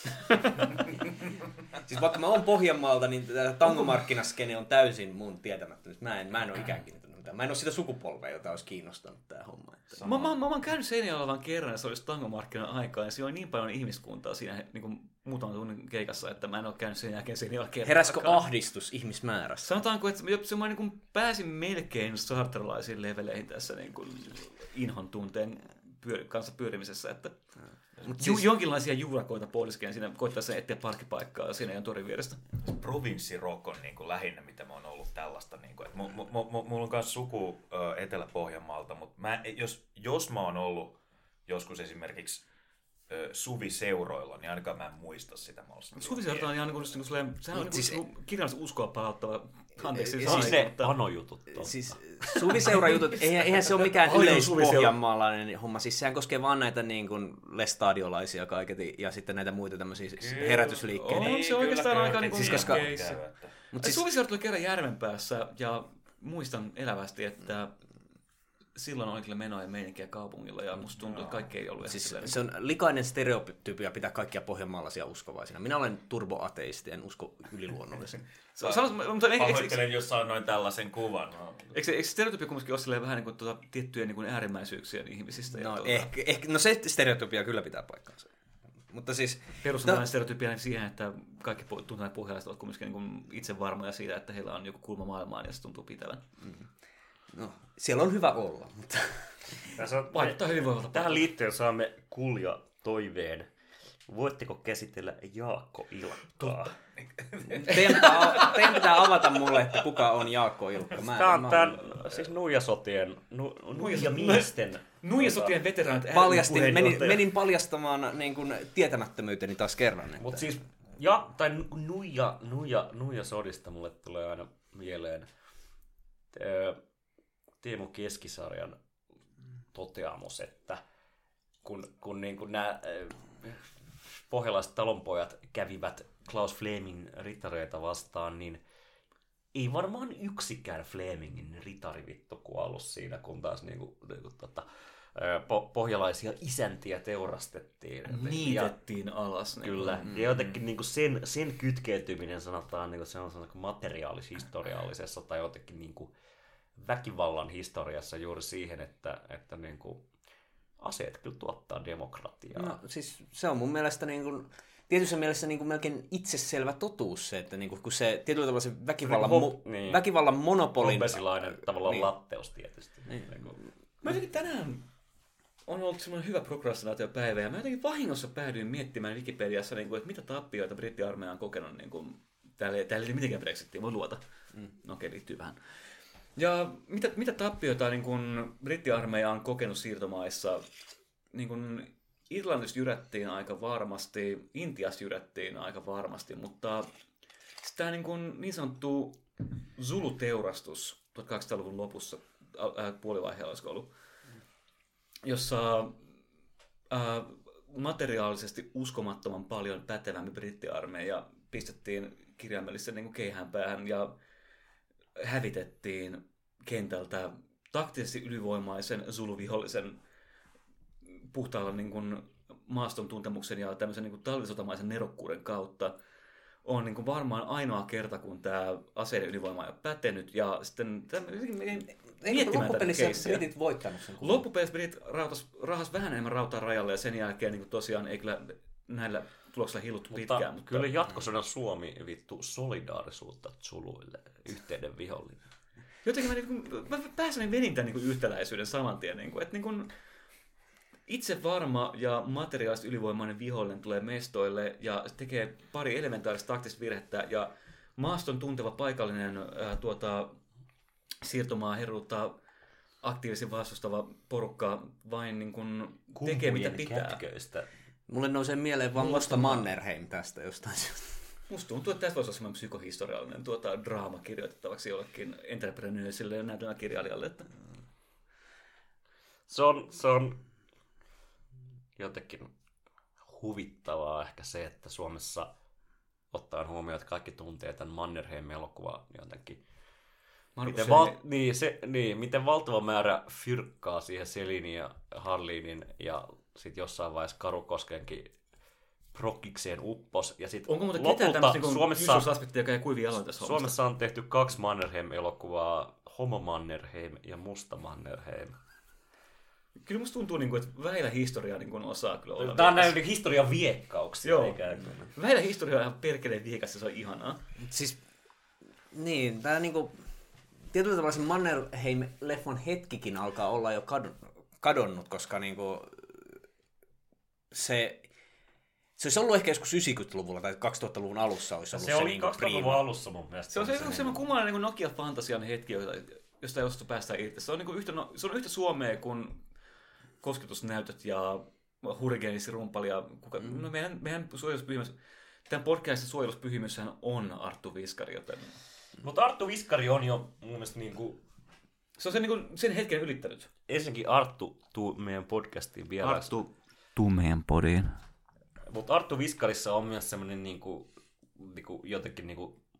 Siis vaikka mä oon Pohjanmaalta, niin tämä tangomarkkinaskene on täysin mun tietämättömyys. Mä en ole ikään kiinnittänyt mitään. Mä en ole sitä sukupolvea, jota olisi kiinnostanut tää homma. Että... Mä oon käynyt Seinäjoella vaan kerran, ja se olisi tangomarkkinan aikaa, ja siinä oli niin paljon ihmiskuntaa siinä niin kuin muutaman tunnin keikassa, että mä en ole käynyt sen jälkeen Seinäjoella kerran. Heräskö ahdistus ihmismäärässä? Sanotaanko, että mä niin kuin pääsin melkein sartralaisiin leveleihin tässä niin kuin inhon tunteen kanssa pyörimisessä, että siis... jonkinlaisia juurakoita pohdiskeen siinä koittaa etsiä parkkipaikkaa Seinäjoen torin vierestä. Provinssirock on niin kuin lähinnä, mitä mä oon ollut tällaista. Niin kuin, että mulla on myös suku Etelä-Pohjanmaalta, mutta jos mä oon ollut joskus suviseuroilla, niin ainakaan mä en muista sitä. Suviseurat on ihan sehän on siis kirjallisesti uskoa palauttava. Anteeksi, siis ne anojutut. Siis suviseurajutut, eihän se ole mikään yleispohjanmaalainen homma. Siis sehän koskee vaan näitä niin kuin lestadiolaisia kaiketi ja sitten näitä muita tämmöisiä herätysliikkeitä. On se oikeastaan aika niin kuin siis koska... Suviseurat oli kerran Järvenpäässä ja muistan elävästi, että silloin oli kyllä menoa ja meininkiä kaupungilla, ja musta tuntuu, että kaikki ei ollut siis se on likainen stereotypia pitää kaikkia pohjanmaalaisia uskovaisina. Minä olen turboateisti, en usko yliluonnollisen. Pahoittelen, jos sanoin tällaisen kuvan. Eikö stereotypia kumminkin ole vähän niin kuin, tiettyjä niin kuin äärimmäisyyksiä ihmisistä? No, no se stereotypia kyllä pitää paikkaansa. Mutta siis... Perustan stereotypia siihen, että kaikki tuntuneet pohjalaiset ovat kumminkin niin kuin itse varmoja siitä, että heillä on joku kulma maailmaan ja se tuntuu pitävän. No, siellä on hyvä olla, mutta... Vaikuttaa hyvinvoivalta. Tähän liittyen saamme Kulja toiveen. Voitteko käsitellä Jaakko Ilkkaa? Teidän pitää avata mulle, että kuka on Jaakko Ilkka. Siis Nuijasotien, Nuijamiesten... Nuijasotien veteraanit menin paljastamaan niin kuin tietämättömyyteni taas kerran. Mutta siis, Nuijasodista mulle tulee aina mieleen Teemu Keskisarjan toteamus, että kun niin kuin nämä pohjalaiset talonpojat kävivät Klaus Flemingin ritareita vastaan, niin ei varmaan yksikään Flemingin ritari kuollut siinä, kun taas pohjalaisia isäntiä teurastettiin. Niitettiin alas. Kyllä. Ja jotenkin niin kuin sen kytkeytyminen sanotaan niin kuin se on materiaalis-historiallisessa tai jotenkin niin kuin väkivallan historiassa juuri siihen, että niin kuin aseet kyllä tuottaa demokratiaa. No siis se on mun mielestä niin kuin, tietyssä mielessä niin kuin melkein itseselvä totuus se, että niin kuin, kun se tietyllä tavalla se väkivallan monopolin... Hobbesilainen tavallaan latteus tietysti. Niin. Mä jotenkin tänään on ollut semmoinen hyvä prokrastinaatiopäivä ja mä jotenkin vahingossa päädyin miettimään Wikipediassa, että mitä tappioita brittiarmeija on kokenut. Täällä ei mitenkään Brexitia, voi luota. No okei, liittyy vähän. Ja mitä tappioita niin kun brittiarmeija on kokenut siirtomaissa? Niin kun Irlannissa jyrättiin aika varmasti, Intiassa jyrättiin aika varmasti, mutta tämä niin sanottu Zulu-teurastus 1800-luvun lopussa, puolivaiheella olisiko ollut, jossa materiaalisesti uskomattoman paljon pätevämpi brittiarmeija pistettiin kirjaimellisesti niin keihäänpäähän ja hävitettiin kentältä taktisesti ylivoimaisen Zulu-vihollisen puhtaalla niin kuin maaston tuntemuksen ja tämmöisen niin kuin talvisotamaisen nerokkuuden kautta on niin kuin varmaan ainoa kerta, kun tämä aseiden ylivoima on pätenyt ja sitten miettimään tätä keissiä. Britit voittanut sen? Loppupelissä Britit rahas vähän enemmän rautaa rajalle ja sen jälkeen niin kuin tosiaan ei kyllä näillä tuloksella hilluttu Mutta pitkään. Mutta kyllä jatkosana Suomi vittu solidaarisuutta Zuluille, yhteinen vihollinen. jotenkin mä pääsen venin tämän yhtäläisyyden saman tien. Että itse varma ja materiaalisesti ylivoimainen vihollinen tulee mestoille ja tekee pari elementaarista taktista virhettä ja maaston tunteva paikallinen siirtomaa herruttaa aktiivisesti vastustava porukka vain tekee mitä pitää. Kätköistä. Mulle nousee mieleen vaan Musta Mannerheim tästä jostain. Musta tuntuu, että tässä voisi olla semmoinen psykohistoriallinen draama kirjoitettavaksi jollekin entrepreneursille ja näytelmäkirjailijalle. Että... Se on jotenkin huvittavaa ehkä se, että Suomessa ottaen huomioon, että kaikki tuntee tämän Mannerheim-elokuvan jotenkin. Miten valtava määrä fyrkkaa siihen Selinin ja Harlinin ja sitten jossain vaiheessa Karukoskenkin prokkikseen uppos. Ja sit onko muuten ketään tämmöistä kysymysaspektia, joka ei kuivia aloin tässä Suomessa on tehty 2 Mannerheim-elokuvaa, Homo Mannerheim ja Musta Mannerheim. Kyllä musta tuntuu, että väillä historiaa osaa kyllä olla. Tämä on näin historian viekkauksia. Joo. Väillä historiaa on ihan perkeleen viekas ja se on ihanaa. Siis, niin, tää tietyllä tavalla se Mannerheim-leffan hetkikin alkaa olla jo kadonnut, koska se olisi ollut ehkä joskus 90-luvulla tai 2000-luvun alussa olisi ollut se oli 2000-luvun alussa mun mielestä. Se on semmoinen kummallinen Nokia-fantasian hetki, josta ei osastu päästä irti. Se on yhtä Suomea kuin kosketusnäytöt ja hurrikeenisirumpali. No meidän suojeluspyhimys, tämän podcastin suojeluspyhimyshän on Arttu Viskari, joten... Mutta Arttu Viskari on jo mun mielestä se on sen hetken ylittänyt. Ensinnäkin Arttu tuu meidän podcastiin vielä. Arttu tuu meidän podiin. Mutta Arttu Viskarissa on myös semmoinen jotenkin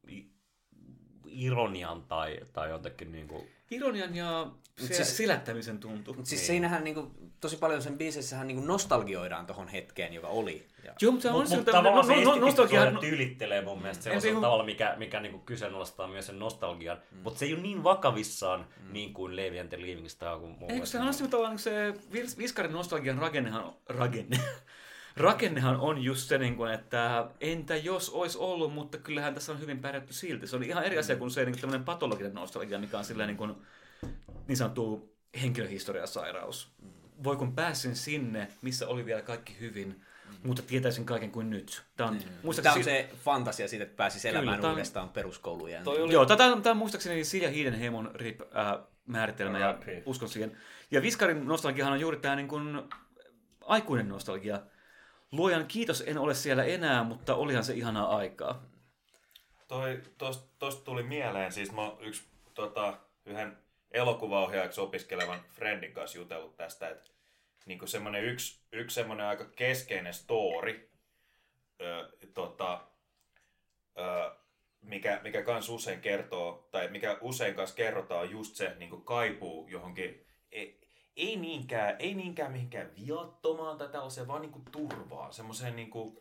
ironian tai jotenkin ironian ja silättämisen tuntu. Siis siinähän tosi paljon sen biisissähän nostalgioidaan tohon hetkeen, joka oli. Joo, mutta tavallaan se nostalgia tyylittelee mun mielestä sellaisella tavalla, mikä kyseenalaistaa myös sen nostalgian. Mutta se ei ole niin vakavissaan niin kuin Levi and the Leaving Star kuin muu. Eikö se on tavallaan se Viskarin nostalgian rakennehan on just se, että entä jos olisi ollut, mutta kyllähän tässä on hyvin pärjätty silti. Se on ihan eri asia kuin se tämmöinen patologinen nostalgia, mikä on silleen niin sanottu henkilöhistoriasairaus. Voi kun pääsin sinne, missä oli vielä kaikki hyvin, mutta tietäisin kaiken kuin nyt. Tämä on se fantasia siitä, että pääsisi elämään uudestaan peruskoulujen. Joo, tämä on muistaakseni Silja Hiidenheimon määritelmä ja uskon siihen. Ja Viskarin nostalgiahan on juuri tämä aikuinen nostalgia. Luojan kiitos, en ole siellä enää, mutta olihan se ihanaa aikaa. Tosta tuli mieleen, siis mä oon yhden elokuvaohjaajaksi opiskelevan friendin kanssa jutellut tästä, että yksi semmoinen aika keskeinen story, mikä kans usein kertoo, tai mikä usein kanssa kerrotaan, on just se kaipuu johonkin, ei niinkään mihinkään viattomaan tai tällaiseen, vaan turvaan, semmoiseen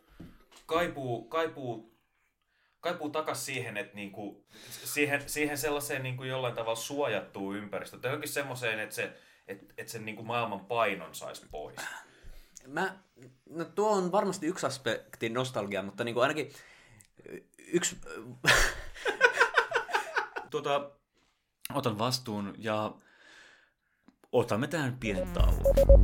kaipuu takas siihen, että siihen sellaiseen jollain tavalla suojattuun ympäristöön, tai johonkin semmoiseen, että se maailman painon saisi pois. No tuo on varmasti yksi aspekti nostalgia, mutta ainakin yksi... Otan vastuun ja otamme tähän pienen tauon.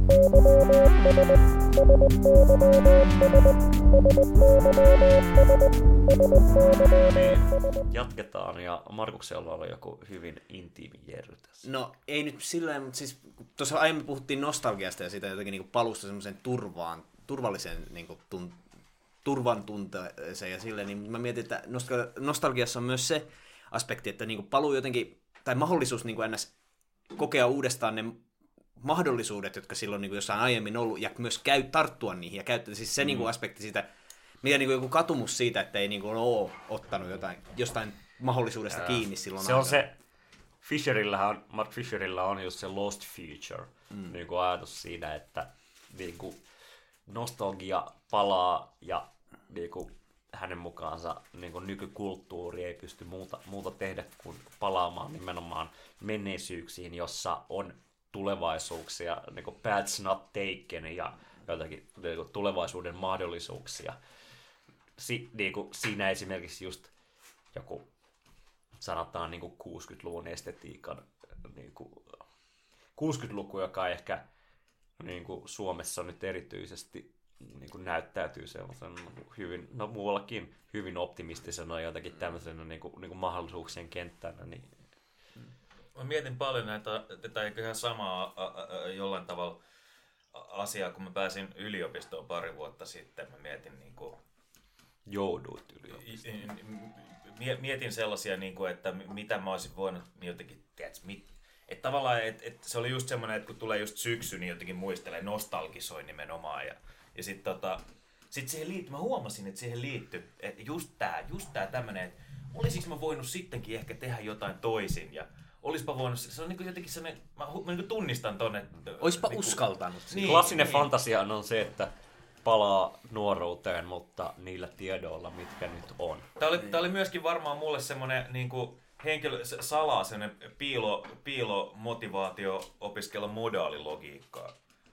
Jatketaan ja Markuksella oli joku hyvin intiimi jerry tässä. No ei nyt silleen, mutta siis tuossa aiemmin puhuttiin nostalgiasta ja siitä jotenkin palusta semmoiseen turvalliseen turvan tunteeseen ja silleen, niin mä mietin, että nostalgiassa on myös se aspekti, että paluu jotenkin, tai mahdollisuus ns. Kokea uudestaan ne mahdollisuudet, jotka silloin jossain aiemmin ollut, ja myös tarttua niihin, ja käyttää siis se aspekti siitä, mitä joku katumus siitä, että ei ole ottanut jostain mahdollisuudesta kiinni silloin. Se on se, Mark Fisherillä on just se lost future, ajatus siinä, että nostalgia palaa, ja hänen mukaansa nykykulttuuri ei pysty muuta tehdä kuin palaamaan nimenomaan menneisyyksiin, jossa on tulevaisuuksia, paths not taken ja jotakin tulevaisuuden mahdollisuuksia. niinku, siinä esimerkiksi just joku, sanotaan niinku 60-luvun estetiikan, niinku, 60-luku, joka ehkä niinku, Suomessa nyt erityisesti niinku, näyttäytyy sellaisen hyvin, no muuallakin hyvin optimistisena jotakin tämmöisenä niinku mahdollisuuksien kenttänä. Niin. Mä mietin paljon tätä ihan samaa jollain tavalla asiaa, kun mä pääsin yliopistoon pari vuotta sitten. Mä mietin niinku... Jouduit yliopistoon. Mietin sellaisia, niinku, että mitä mä olisin voinut jotenkin, että tavallaan että se oli just semmoinen, että kun tulee just syksy, niin jotenkin muistelee, nostalgisoi nimenomaan. Ja sitten sit siihen liittyy, mä huomasin, että siihen liittyy, että just tää tämmönen, että olisiko mä voinut sittenkin ehkä tehdä jotain toisin ja olispa voinut, se on niin jotenkin sellainen, mä niin tunnistan tonne. Oispa niin uskaltanut. Niin, klassinen fantasia on se, että palaa nuoruuteen, mutta niillä tiedoilla, mitkä nyt on. Tää oli myöskin varmaan mulle semmoinen niin salaa semmoinen piilomotivaatio opiskella modaalilogiikkaa.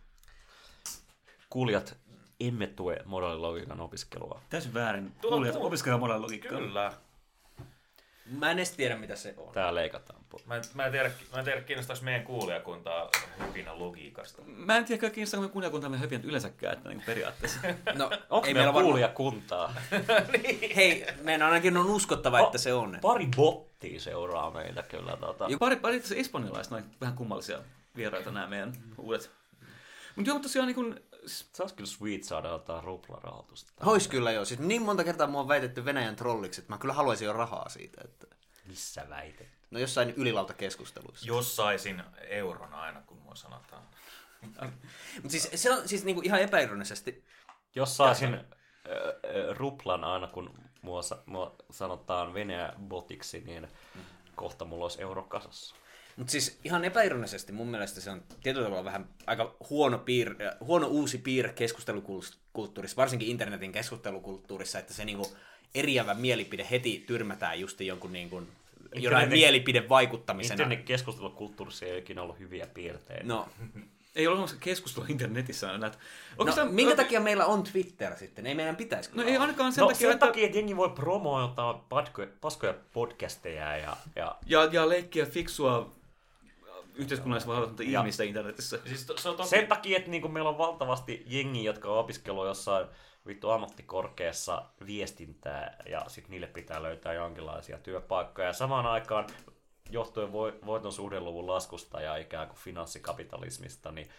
Kuulijat, emme tue modaalilogiikan opiskelua. Täysin väärin. Kuulijat opiskelevat modaalilogiikkaa. Kyllä. Mä en edes tiedä, mitä se on. Tää leikataan pois. Mä en tiedä kiinnostaako meidän kuulijakuntaa hypinä logiikasta. Mä en tiedä, kiinnostaako meidän kuulijakuntaa höpinät yleensäkään, että niin periaatteessa. No, onko meillä kuulijakuntaa? Niin. Hei, meidän ainakin on uskottava, että se on. Pari bottia seuraa meitä kyllä. Pari espanjalaista, noin vähän kummallisia vieraita nämä meidän uudet. Mutta joo, tosiaan niin kun... Se olisi kyllä sweet saada jotain ruplarahoitusta. Ois kyllä joo. Siis niin monta kertaa mua on väitetty Venäjän trolliksi, että mä kyllä haluaisin jo rahaa siitä. Että... Missä väitet? No jossain ylilautakeskusteluissa. Jos saisin euron aina, kun mua sanotaan. Mutta siis se on siis niinku ihan epäironisesti. Jos saisin ruplan aina, kun mua sanotaan Venäjä botiksi, niin kohta mulla olisi euro kasassa. Mutta siis ihan epäironisesti mun mielestä se on tietyllä tavalla vähän aika huono uusi piirre keskustelukulttuurissa, varsinkin internetin keskustelukulttuurissa, että se niinku eriävä mielipide heti tyrmätään just jonkun niinku jonain mielipidevaikuttamisen. Internet-keskustelukulttuurissa ei ikinä ollut hyviä piirteitä. No. Ei ole olemassa keskustelua internetissä aina. Minkä takia meillä on Twitter sitten? Ei meidän pitäisi kyllä. No ei ainakaan sen takia, että jengi voi promoota paskoja podcasteja ja leikkiä fiksua yhteiskunnallisvalvonta ihmistä internetissä. Siis sen takia, että niinku meillä on valtavasti jengiä, jotka on opiskellut jossain ammattikorkeassa viestintää, ja sitten niille pitää löytää jonkinlaisia työpaikkoja. Ja samaan aikaan, johtuen voiton suhdeluvun laskusta ja ikään kuin finanssikapitalismista, niin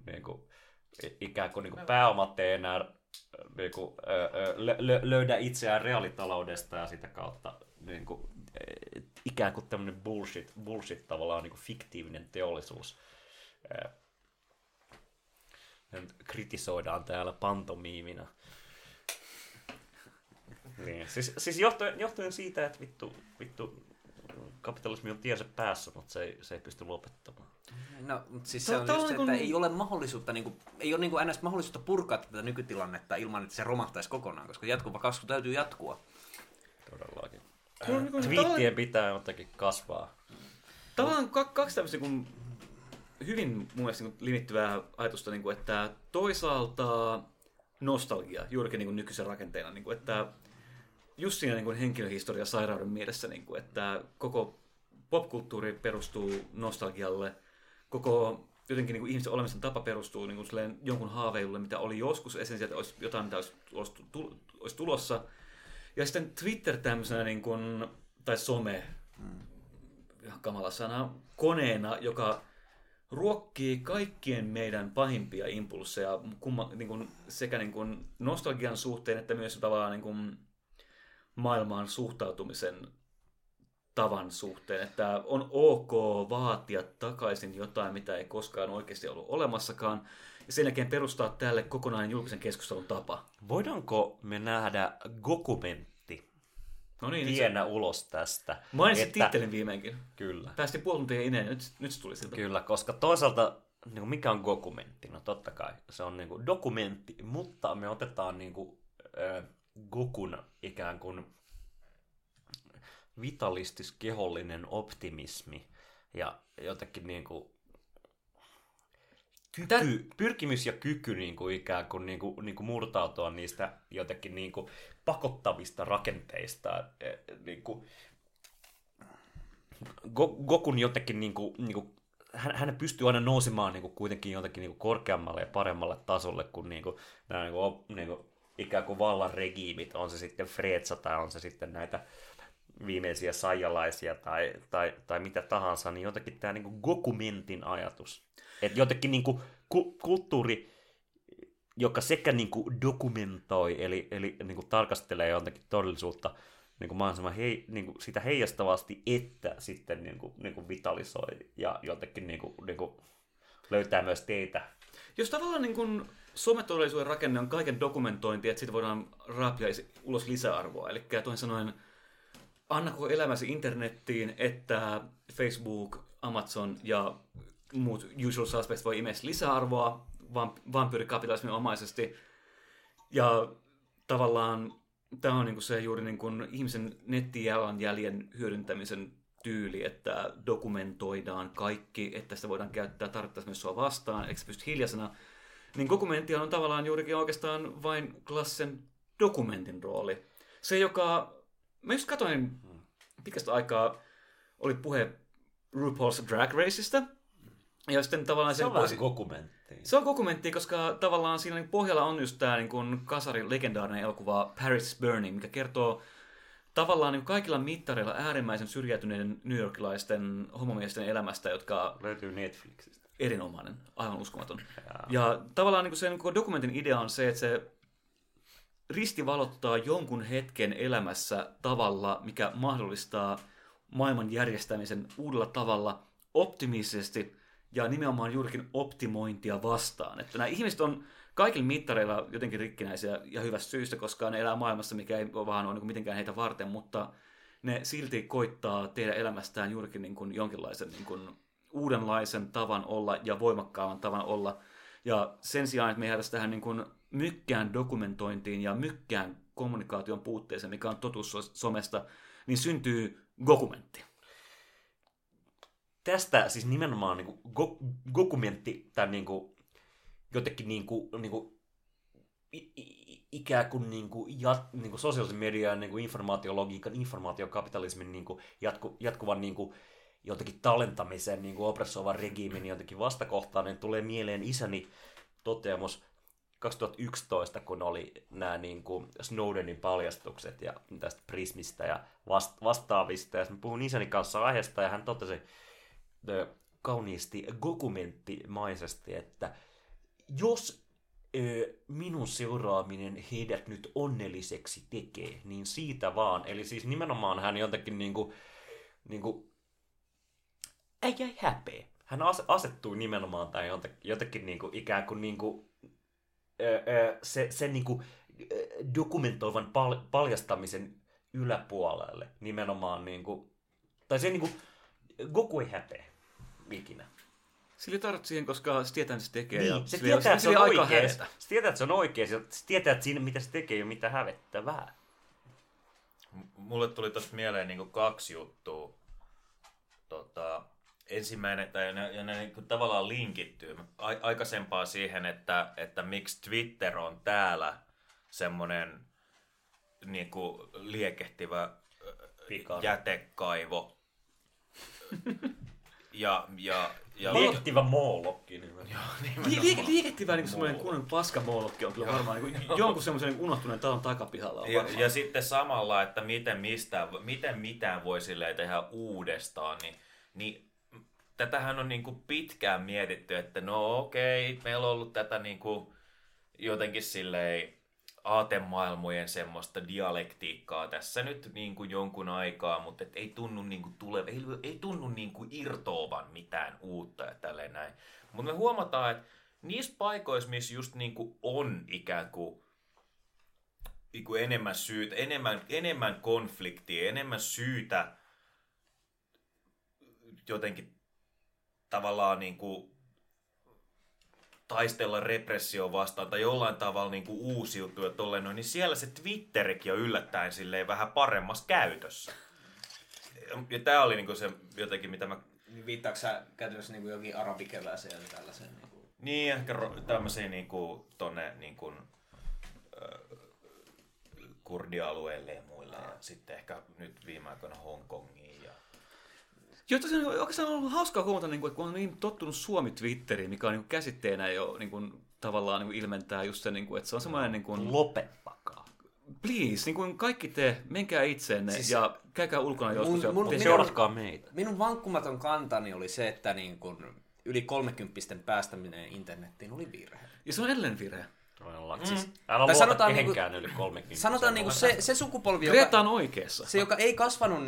ikään kuin pääomat ei enää löydä itseään reaalitaloudesta ja sitä kautta ikään kuin tämmöinen bullshit tavallaan niin kuin fiktiivinen teollisuus. Kritisoidaan täällä pantomiiminä. Niin. Siis johtuen siitä, että vittu kapitalismi on tiensä päässä, mutta se ei pysty lopettamaan. No, mutta siis se on just se, että ei ole mahdollisuutta, ei ole ns. Mahdollisuutta purkaa tätä nykytilannetta ilman, että se romahtaisi kokonaan, koska jatkuva kasvu täytyy jatkua. Todellakin. Twiittien pitää jotenkin kasvaa. Tavallaan kaksi tämmöisiä hyvin mun mielestä limittyvää ajatusta, että toisaalta nostalgia juurikin nykyisen rakenteena, että just siinä henkilöhistoria sairauden mielessä, että koko popkulttuuri perustuu nostalgialle, koko jotenkin ihmisten olemisen tapa perustuu jonkun haaveilulle, mitä oli joskus esimerkiksi, että olisi jotain, mitä olisi tulossa. Ja sitten Twitter tämmöisenä, tai some, ihan kamala sana, koneena, joka ruokkii kaikkien meidän pahimpia impulsseja sekä nostalgian suhteen, että myös tavallaan maailmaan suhtautumisen tavan suhteen. Että on ok vaatia takaisin jotain, mitä ei koskaan oikeasti ollut olemassakaan, ja sen jälkeen perustaa tälle kokonainen julkisen keskustelun tapa. Voidaanko me nähdä dokumentti tienä ulos tästä? Mainitsit tittelin viimeinkin. Kyllä. Päästiin puoli tuntia ineen, nyt se tuli siltä. Kyllä, koska toisaalta mikä on dokumentti? No totta kai se on dokumentti, mutta me otetaan Gokun ikään kuin vitalistis-kehollinen optimismi ja jotenkin pyrkimys ja kyky niin kuin ikään kuin, niin kuin murtautua niistä jotenkin niin kuin pakottavista rakenteista. Niin kuin Gokun jotenkin, niin kuin, hän pystyy aina nousemaan niin kuin kuitenkin jotenkin niin kuin korkeammalle ja paremmalle tasolle kuin, nämä niin kuin, ikään kuin vallan regiimit, on se sitten Freetsa tai on se sitten näitä viimeisiä saijalaisia tai mitä tahansa, niin jotenkin tämä niin kuin Gokumentin ajatus. Että jotenkin niin kuin kulttuuri, joka sekä niin kuin dokumentoi, eli niin kuin tarkastelee jotenkin todellisuutta niin kuin mahdollisimman niin kuin sitä heijastavasti, että sitten niin kuin vitalisoi ja jotenkin niin kuin löytää myös teitä. Jos tavallaan niin kuin sometodellisuuden rakenne on kaiken dokumentointi, että siitä voidaan raapia ulos lisäarvoa. Eli toisin sanoen, anna koko elämäsi internettiin, että Facebook, Amazon ja muut usual suspects voi imeä lisäarvoa vampyyrikapitalismin omaisesti. Ja tavallaan tämä on niin kuin se juuri niin kuin ihmisen nettijalanjäljen hyödyntämisen tyyli, että dokumentoidaan kaikki, että sitä voidaan käyttää tarvittaessa myös sua vastaan, eikö sä pysty hiljaisena. Niin dokumenttia on tavallaan juurikin oikeastaan vain klassisen dokumentin rooli. Se, joka... Mä just katsoin pitkästä aikaa, oli puhe RuPaul's Drag Raceista. Ja sitten tavallaan se on vähän dokumentti. Se on dokumentti, koska tavallaan siinä pohjalla on just tämä niin kasarin legendaarinen elokuva Paris is Burning, mikä kertoo tavallaan niin kaikilla mittareilla äärimmäisen syrjäytyneiden newyorkilaisten homomiesten elämästä, jotka... Löytyy Netflixistä. Erinomainen, aivan uskomaton. Ja tavallaan niin sen dokumentin idea on se, että se ristivalottaa jonkun hetken elämässä tavalla, mikä mahdollistaa maailman järjestämisen uudella tavalla optimistisesti ja nimenomaan juurikin optimointia vastaan. Että nämä ihmiset on kaikilla mittareilla jotenkin rikkinäisiä ja hyvästä syystä, koska ne elää maailmassa, mikä ei vaan ole niin mitenkään heitä varten, mutta ne silti koittaa tehdä elämästään juurikin niin kuin jonkinlaisen niin kuin uudenlaisen tavan olla ja voimakkaavan tavan olla. Ja sen sijaan, että me jäätäisiin tähän niin kuin mykkään dokumentointiin ja mykkään kommunikaation puutteeseen, mikä on totuus somesta, niin syntyy Gokumentti. Tästä siis nimenomaan niin Gokumentti, tai niin kuin, jotenkin niin kuin, ikään kuin, niin kuin sosiaalisen median niin kuin informaatiologiikan, informaatiokapitalismin niin kuin jatkuvan niin kuin, jotenkin tallentamisen niin kuin opressoivan regiimin jotenkin vastakohtainen tulee mieleen isäni toteamus 2011, kun oli nämä niin kuin Snowdenin paljastukset ja tästä Prismista ja vastaavista. Ja mä puhun isäni kanssa aiheesta ja hän totesi kauniisti dokumenttimaisesti, että jos minun seuraaminen heidät nyt onnelliseksi tekee, niin siitä vaan. Eli siis nimenomaan hän jotenkin niinku ei häpeä. Hän asettui nimenomaan tai jotenkin niinku ikään kuin niinku se niinku dokumentoivan paljastamisen yläpuolelle nimenomaan niinku, tai se niinku Goku ei häpeä ikinä. Sillä ei tarvitse siihen, koska se tietää, mitä se tekee. Niin, ja se tietää, että se on aika oikein. hävetä. Se tietää, että se on oikein. Se tietää, että siinä, mitä se tekee, ei ole mitään hävettävää. Mulle tuli tosta mieleen niin kuin 2 juttua. Ensimmäinen, tai ne niin kuin tavallaan linkittyy aikaisempaa siihen, että miksi Twitter on täällä semmoinen niin kuin liekehtivä jätekaivo. Ja liekehtivä moolokki. Liikehtivä niin semmoinen kunnon paskamoolokki on kyllä varmaan niin jonkun semmoisen unohtuneen talon takapihalla. On ja sitten samalla, että miten mitään voi silleen tehdä uudestaan, niin tätähän on niin kuin pitkään mietitty, että no okei, meillä on ollut tätä niin kuin jotenkin silleen aatemaailmojen semmoista dialektiikkaa tässä nyt niin kuin jonkun aikaa, mutta ei tunnu niin kuin ei tunnu niin kuin irtoavan mitään uutta ja tälleen näin. Mutta me huomataan, että niissä paikoissa, missä just niin kuin on ikään kuin enemmän syytä, enemmän konfliktia, enemmän syytä jotenkin tavallaan niin kuin taistella repressio vastaan tai jollain tavalla niin kuin uusiutua tolleen, niin siellä se Twitterikin on yllättäen silleen vähän paremmassa käytössä. Ja tää oli niin kuin se jotenkin, mitä mä... Viittaatko sä käytännössä niin jokin arabikevääseen ja tällaiseen? Niin, ehkä tämmöisiä niinku tonne niinku kurdialueille ja muille. Ja sitten ehkä nyt viime aikoina Hongkongiin. Ja... Joo, tosiaan oikeastaan on ollut hauskaa huomata, että kun on niin tottunut Suomi-Twitteriin, mikä on käsitteenä jo tavallaan ilmentää just se, että se on semmoinen... Lopettakaa. Please, kaikki te, menkää itseenne siis ja käykää ulkona joskus. Seuratkaa meitä. Minun vankkumaton kantani oli se, että yli 30 päästäminen internettiin oli virhe. Ja se on edelleen virhe. Siis, älä luota kehenkään yli 30. Sanotaan se sukupolvi, Greta on oikeassa. Se, joka ei kasvanut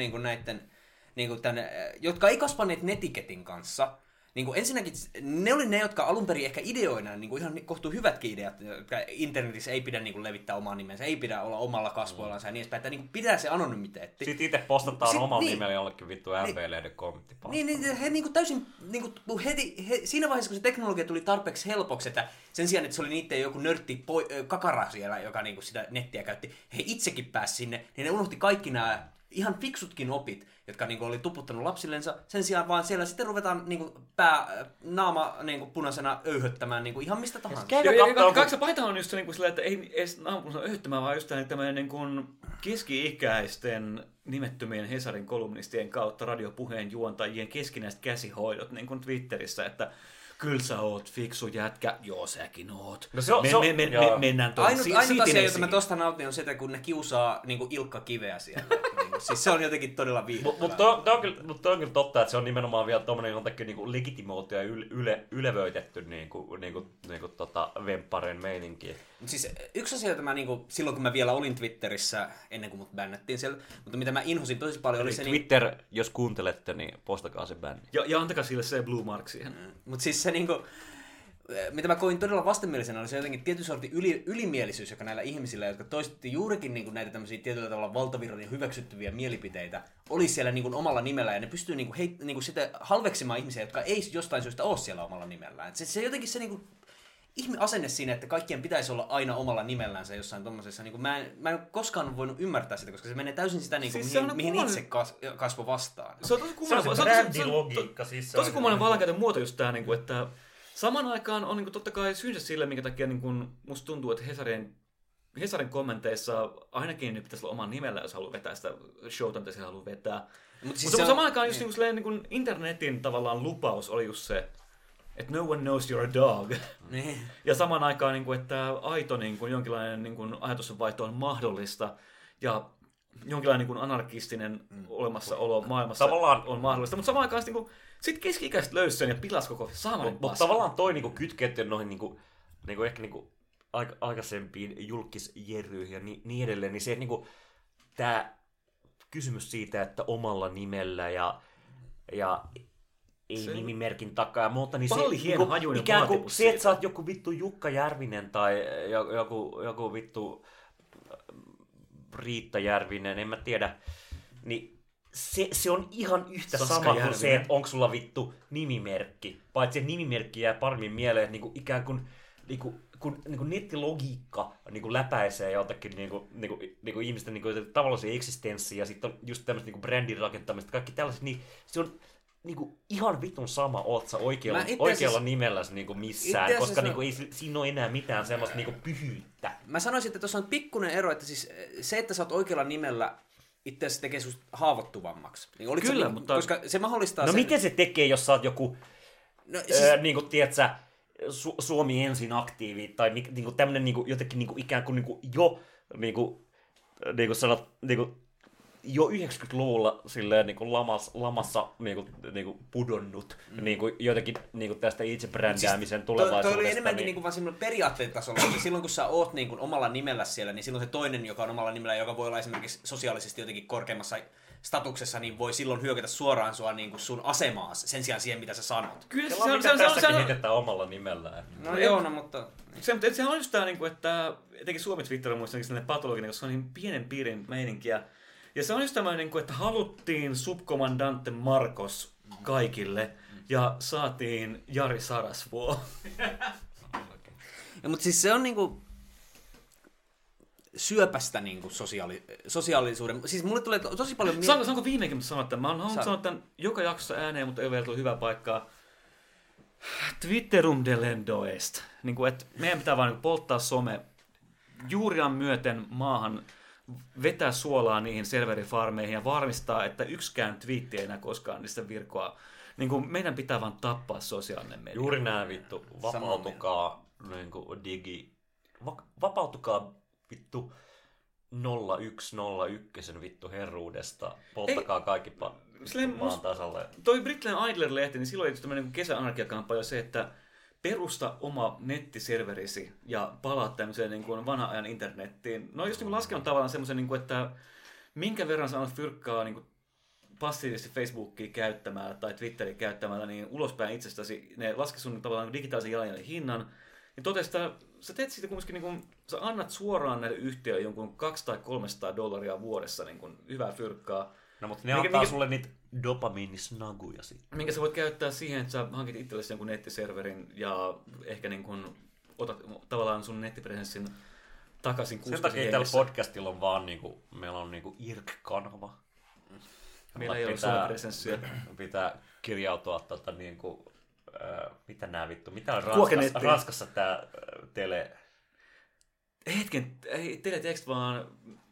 jotka ei kasvaneet netiketin kanssa. Ensinnäkin ne oli ne, jotka alun perin ehkä ideoina ihan kohtuu hyvätkin ideat, jotka internetissä ei pidä levittää omaa nimensä, ei pidä olla omalla kasvoillansa ja niin edespäin, että pitää se anonymiteetti. Sitten itse postataan omalla nimellä jollekin vittu MV-lehden kommenttipalsta. Niin, he täysin, siinä vaiheessa, kun se teknologia tuli tarpeeksi helpoksi, että sen sijaan, että se oli niiden joku nörtti kakara siellä, joka sitä nettiä käytti, he itsekin pääsi sinne, niin ne unohti kaikki nämä ihan fiksutkin opit, jotka oli tuputtanut lapsillensa. Sen sijaan vaan siellä sitten ruvetaan naama punaisena öyhöttämään ihan mistä tahansa. Kaikki paita on just sillä, että ei edes naama punaisena öyhöttämään, vaan just tämmöinen keski-ikäisten nimettömien Hesarin kolumnistien kautta radiopuheen juontajien keskinäiset käsihoidot Twitterissä, että kyllä sä oot fiksu jätkä, joo säkin oot. No mennään tuonne. Ainut asia, jota mä tosta nautin, on se, kun ne kiusaa Ilkka Kiveä siellä. Siis se on jotenkin todella viihdyttävää. Mutta on kyllä totta, että se on nimenomaan vielä tommonen legitimoitu ja ylevöitetty vemppareen meininki. Siis yksi asia, jota mä silloin kun mä vielä olin Twitterissä, ennen kuin mut bännättiin siellä, mutta mitä mä inhosin tosi paljon oli se... Twitter, jos kuuntelette, niin postakaa se bänni. Ja antakaa sille se blue mark siihen. Mutta siis se mitä mä koin todella vastenmielisenä, oli se jotenkin tietyn sortin ylimielisyys, joka näillä ihmisillä, jotka toistitti juurikin näitä tämmöisiä tietyllä tavalla valtavirran ja hyväksyttäviä mielipiteitä, oli siellä omalla nimellä, ja ne pystyy sitä halveksimaan ihmisiä, jotka ei jostain syystä ole siellä omalla nimellään. Se jotenkin se ihme asenne siinä, että kaikkien pitäisi olla aina omalla nimellänsä jossain tommosessa. Mä en koskaan voinut ymmärtää sitä, koska se menee täysin sitä, siis mihin itse kasvo vastaan. Se on tosi kummallinen vallankäytön muoto just tää, että saman aikaan on totta kai syynsä sille, minkä takia musta tuntuu, että Hesarin kommenteissa ainakin nyt pitäisi olla oman nimellä, jos haluaa vetää sitä showta, mitä se haluaa vetää. Mutta samaan aikaan just internetin tavallaan lupaus oli just se, että no one knows you're a dog. Niin. Ja samaan aikaan, että aito jonkinlainen ajatuksenvaihto on mahdollista ja jonkinlainen anarkistinen olemassaolo maailmassa on mahdollista. Mutta samaan aikaan sitten keski-ikäiset löysi sen ja pilasi koko saamarin paskan. Mutta tavallaan toi kytkeytyy noihin ehkä aikaisempiin julkisjerryihin ja niin edelleen, niin se tämä kysymys siitä, että omalla nimellä ja ei se nimimerkin takaa ja muuta, niin se hieno hajuinen ikään kuin se, että sä oot joku vittu Jukka Järvinen tai joku vittu Riitta Järvinen, en mä tiedä, niin se on ihan yhtä sama kuin se, että onko sulla vittu nimimerkki. Paitsi se nimimerkki jää paremmin mieleen, että ikään kuin kun nettilogiikka läpäisee jotakin ihmisten tavallisia eksistenssiä ja sitten on just tämmöistä brändin rakentamista, kaikki tällaiset, niin se on ihan vitun sama, oot sä oikealla nimelläsi missään, koska ei siinä ole enää mitään semmoista pyhyyttä. Mä sanoisin, että tuossa on pikkuinen ero, että siis se, että sä oot oikealla nimellä, itse asiassa tekee susta haavoittuvammaksi. Kyllä, mutta... Koska se mahdollistaa sen... miten se tekee, jos sä oot joku, tiedätkö, Suomi ensin aktiivi, tai tämmönen jotenkin ikään kuin jo, sanot, jo 90-luvulla silleen lamassa pudonnut jotenkin tästä itsebrändäämisen tulevaisuudesta. Toi oli enemmänkin vaan semmoinen periaatteen tasolla, että silloin kun sä oot omalla nimellä siellä, niin silloin se toinen, joka on omalla nimellä, joka voi olla esimerkiksi sosiaalisesti jotenkin korkeammassa statuksessa, niin voi silloin hyökätä suoraan sua sun asemaasi sen sijaan siihen, mitä sä sanot. Kyllä tässäkin heitetään omalla nimellään. Mutta... Sehän on just tää, että etenkin Suomen Twitter on muistakin sellainen patologinen, koska se on niin pienen piirin meininkiä. Ja se on just tämmöinen, että haluttiin subkomandante Marcos kaikille ja saatiin Jari Sarasvuo. Mutta siis se on syöpästä sosiaalisuuden. Siis mulle tulee tosi paljon... Saanko viimeinkin sanoa tämän? Mä oon halunnut sanoa tämän joka jaksossa ääneen, mutta ei ole vielä tullut hyvää paikkaa. Twitterum delendo est. Niin kuin, että meidän pitää vaan niin polttaa some juurian myöten maahan, vetää suolaa niihin serverifarmeihin ja varmistaa, että yksikään twiitti ei enää koskaan niistä virkoa. Niin kuin meidän pitää vaan tappaa sosiaalinen media. Juuri näin vittu. Vapautukaa vittu 0101 vittu herruudesta. Polttakaa kaikki maan tasalle. Toi Britland Idler-lehti, niin silloin oli tämmöinen kesäanarkiakampanja se, että perusta oma nettiserverisi ja palaa tämmöiseen niin kuin vanhan ajan internettiin. No just niin laskenut tavallaan semmoisen, niin kuin, että minkä verran sä annat fyrkkaa niin kuin passiivisesti Facebookia käyttämällä tai Twitteria käyttämällä, niin ulospäin itsestäsi ne laske sun tavallaan digitaalisen jalanjäljen hinnan. Niin totesi, että sä teet siitä kumminkin, niin kuin, sä annat suoraan näille yhtiöille jonkun $200 tai $300 vuodessa niin kuin hyvää fyrkkaa. No mutta ne antaa sulle niitä dopamiinisnaguja sitten. Minkä sä voit käyttää siihen, että sä hankit itsellesi jonkun nettiserverin ja ehkä niin kuin otat tavallaan sun nettipresenssin takaisin sen takia tällä podcastilla on vaan niinku, meillä on niinku IRC-kanava. Meillä ei ole somepresenssiä. Pitää kirjautua niinku, mitä nää vittu, mitä on Ranskassa tää tele... Hetken, ei teletext vaan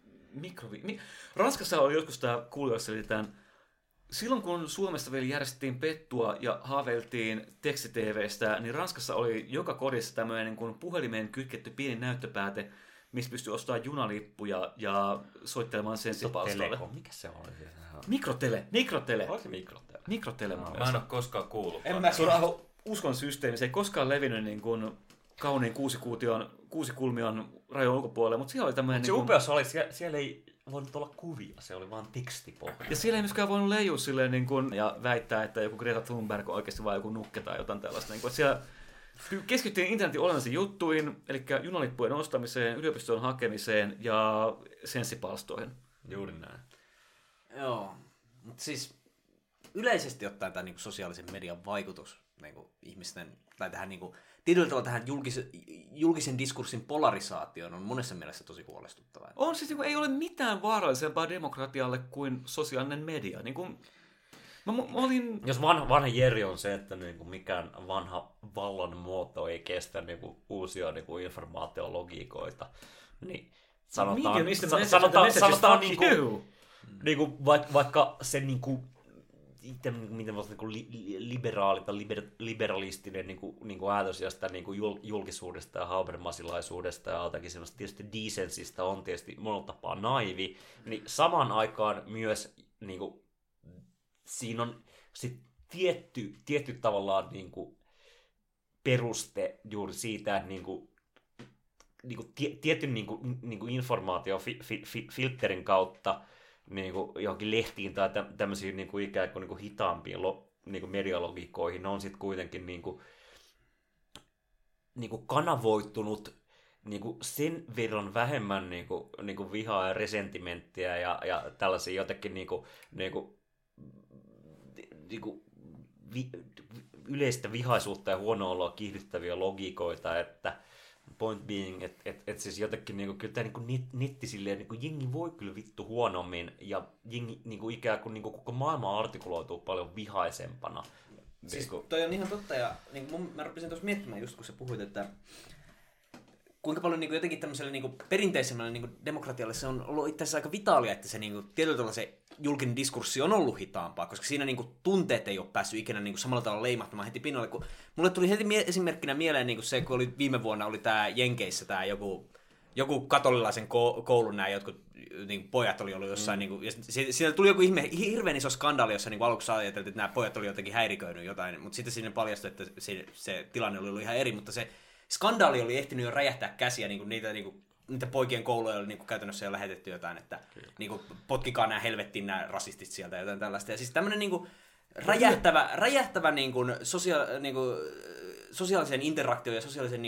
Ranskassa oli joskus tää kuulijoissa selitetään, silloin kun Suomessa vielä järjestettiin pettua ja haaveiltiin teksti-tv:stä, niin Ranskassa oli joka kodissa tämmöinen niin kuin puhelimeen kytketty pieni näyttöpääte, missä pystyi ostamaan junalippuja ja soittelemaan senssipalstalle. Mikä se oli? Mikrotele. Oli se mikrotele? Mikrotele. Mä en ole koskaan kuullut. Se on uskon systeemi. Se ei koskaan levinnyt niin kuin kauniin kuusikulmion rajojen ulkopuolelle, mutta siellä oli tämmöinen... Se upeus oli, siellä ei voinut olla kuvia, se oli vaan tekstipohja. Ja siellä ei myöskään voinut leijua silleen niin kuin, ja väittää, että joku Greta Thunberg on oikeasti vaan joku nukke tai jotain tällaista. Niin kuin, siellä keskityttiin internetin olennaisiin juttuihin, eli junalippujen ostamiseen, yliopistoon hakemiseen ja senssipalstoihin. Juuri näin. Joo, mutta siis yleisesti ottaen tämä niinku sosiaalisen median vaikutus niinku ihmisten, tai tähän niinku, tietyllä tavalla tähän julkisen diskurssin polarisaatioon on monessa mielessä tosi huolestuttavaa. On siis, niin kuin, ei ole mitään vaarallisempaa demokratialle kuin sosiaalinen media. Niin kuin, mä olin... Jos vanha Jeri on se, että niinku mikään vanha vallan muoto ei kestä niinku uusia niinku informaatiologiikoita, niin sanotaan niinku, vaikka se niinku, miten niinku liberaali tai liberalistinen niinku ajatus josta niinku julkisuudesta ja habermasilaisuudesta ja jotakin semmoista tietysti decensistä on tietysti monella tapaa naivi, niin samaan aikaan myös niinku, siinä on sit tietty tavallaan niinku peruste juuri siitä, että niinku tietyn niinku informaatiofilterin kautta niinku johonkin lehtiin tai tämmöisiin niinku ikään kuin niinku hitaampiin niinku medialogiikoihin on sitten kuitenkin niinku kanavoittunut niinku sen verran vähemmän niinku vihaa ja resentimenttiä ja tällaisia jotenkin yleistä vihaisuutta ja huonoa oloa kiihdyttäviä logiikoita, että point being, että siis jotenkin niinku, kyllä tämä niinku netti silleen, niinku jengi voi kyllä vittu huonommin ja jengi niinku ikään kuin niinku koko maailma artikuloituu paljon vihaisempana. Siis toi on ihan totta ja niinku mä rupesin tuossa miettimään just kun sä puhuit, että kuinka paljon niinku jotenkin tämmöiselle niinku perinteisemmälle niinku demokratialle se on ollut itse asiassa aika vitaalia, että se niinku tietyllä tavalla se julkinen diskurssi on ollut hitaampaa, koska siinä niinku tunteet ei ole päässyt ikinä niinku samalla tavalla leimahtamaan heti pinnalle. Kun mulle tuli heti esimerkkinä mieleen niinku se, kun oli viime vuonna oli tää Jenkeissä tää joku katolilaisen koulun nämä jotkut niinku pojat oli ollut jossain niinku, ja siinä tuli joku hirveän iso skandaali, jossa niinku aluksi ajateltiin, että nämä pojat oli jotenkin häiriköinyt jotain, mutta sitten sinne paljastui, että se tilanne oli ollut ihan eri, mutta se skandaali oli ehtinyt jo räjähtää käsiä niinku niitä poikien kouluja oli niinku käytännössä jo lähetetty jotain, että niinku, potkikaa nämä helvettiin nämä rasistit sieltä ja jotain tällaista. Ja siis tämmöinen niinku räjähtävä niinku sosiaalisen interaktion ja sosiaalisen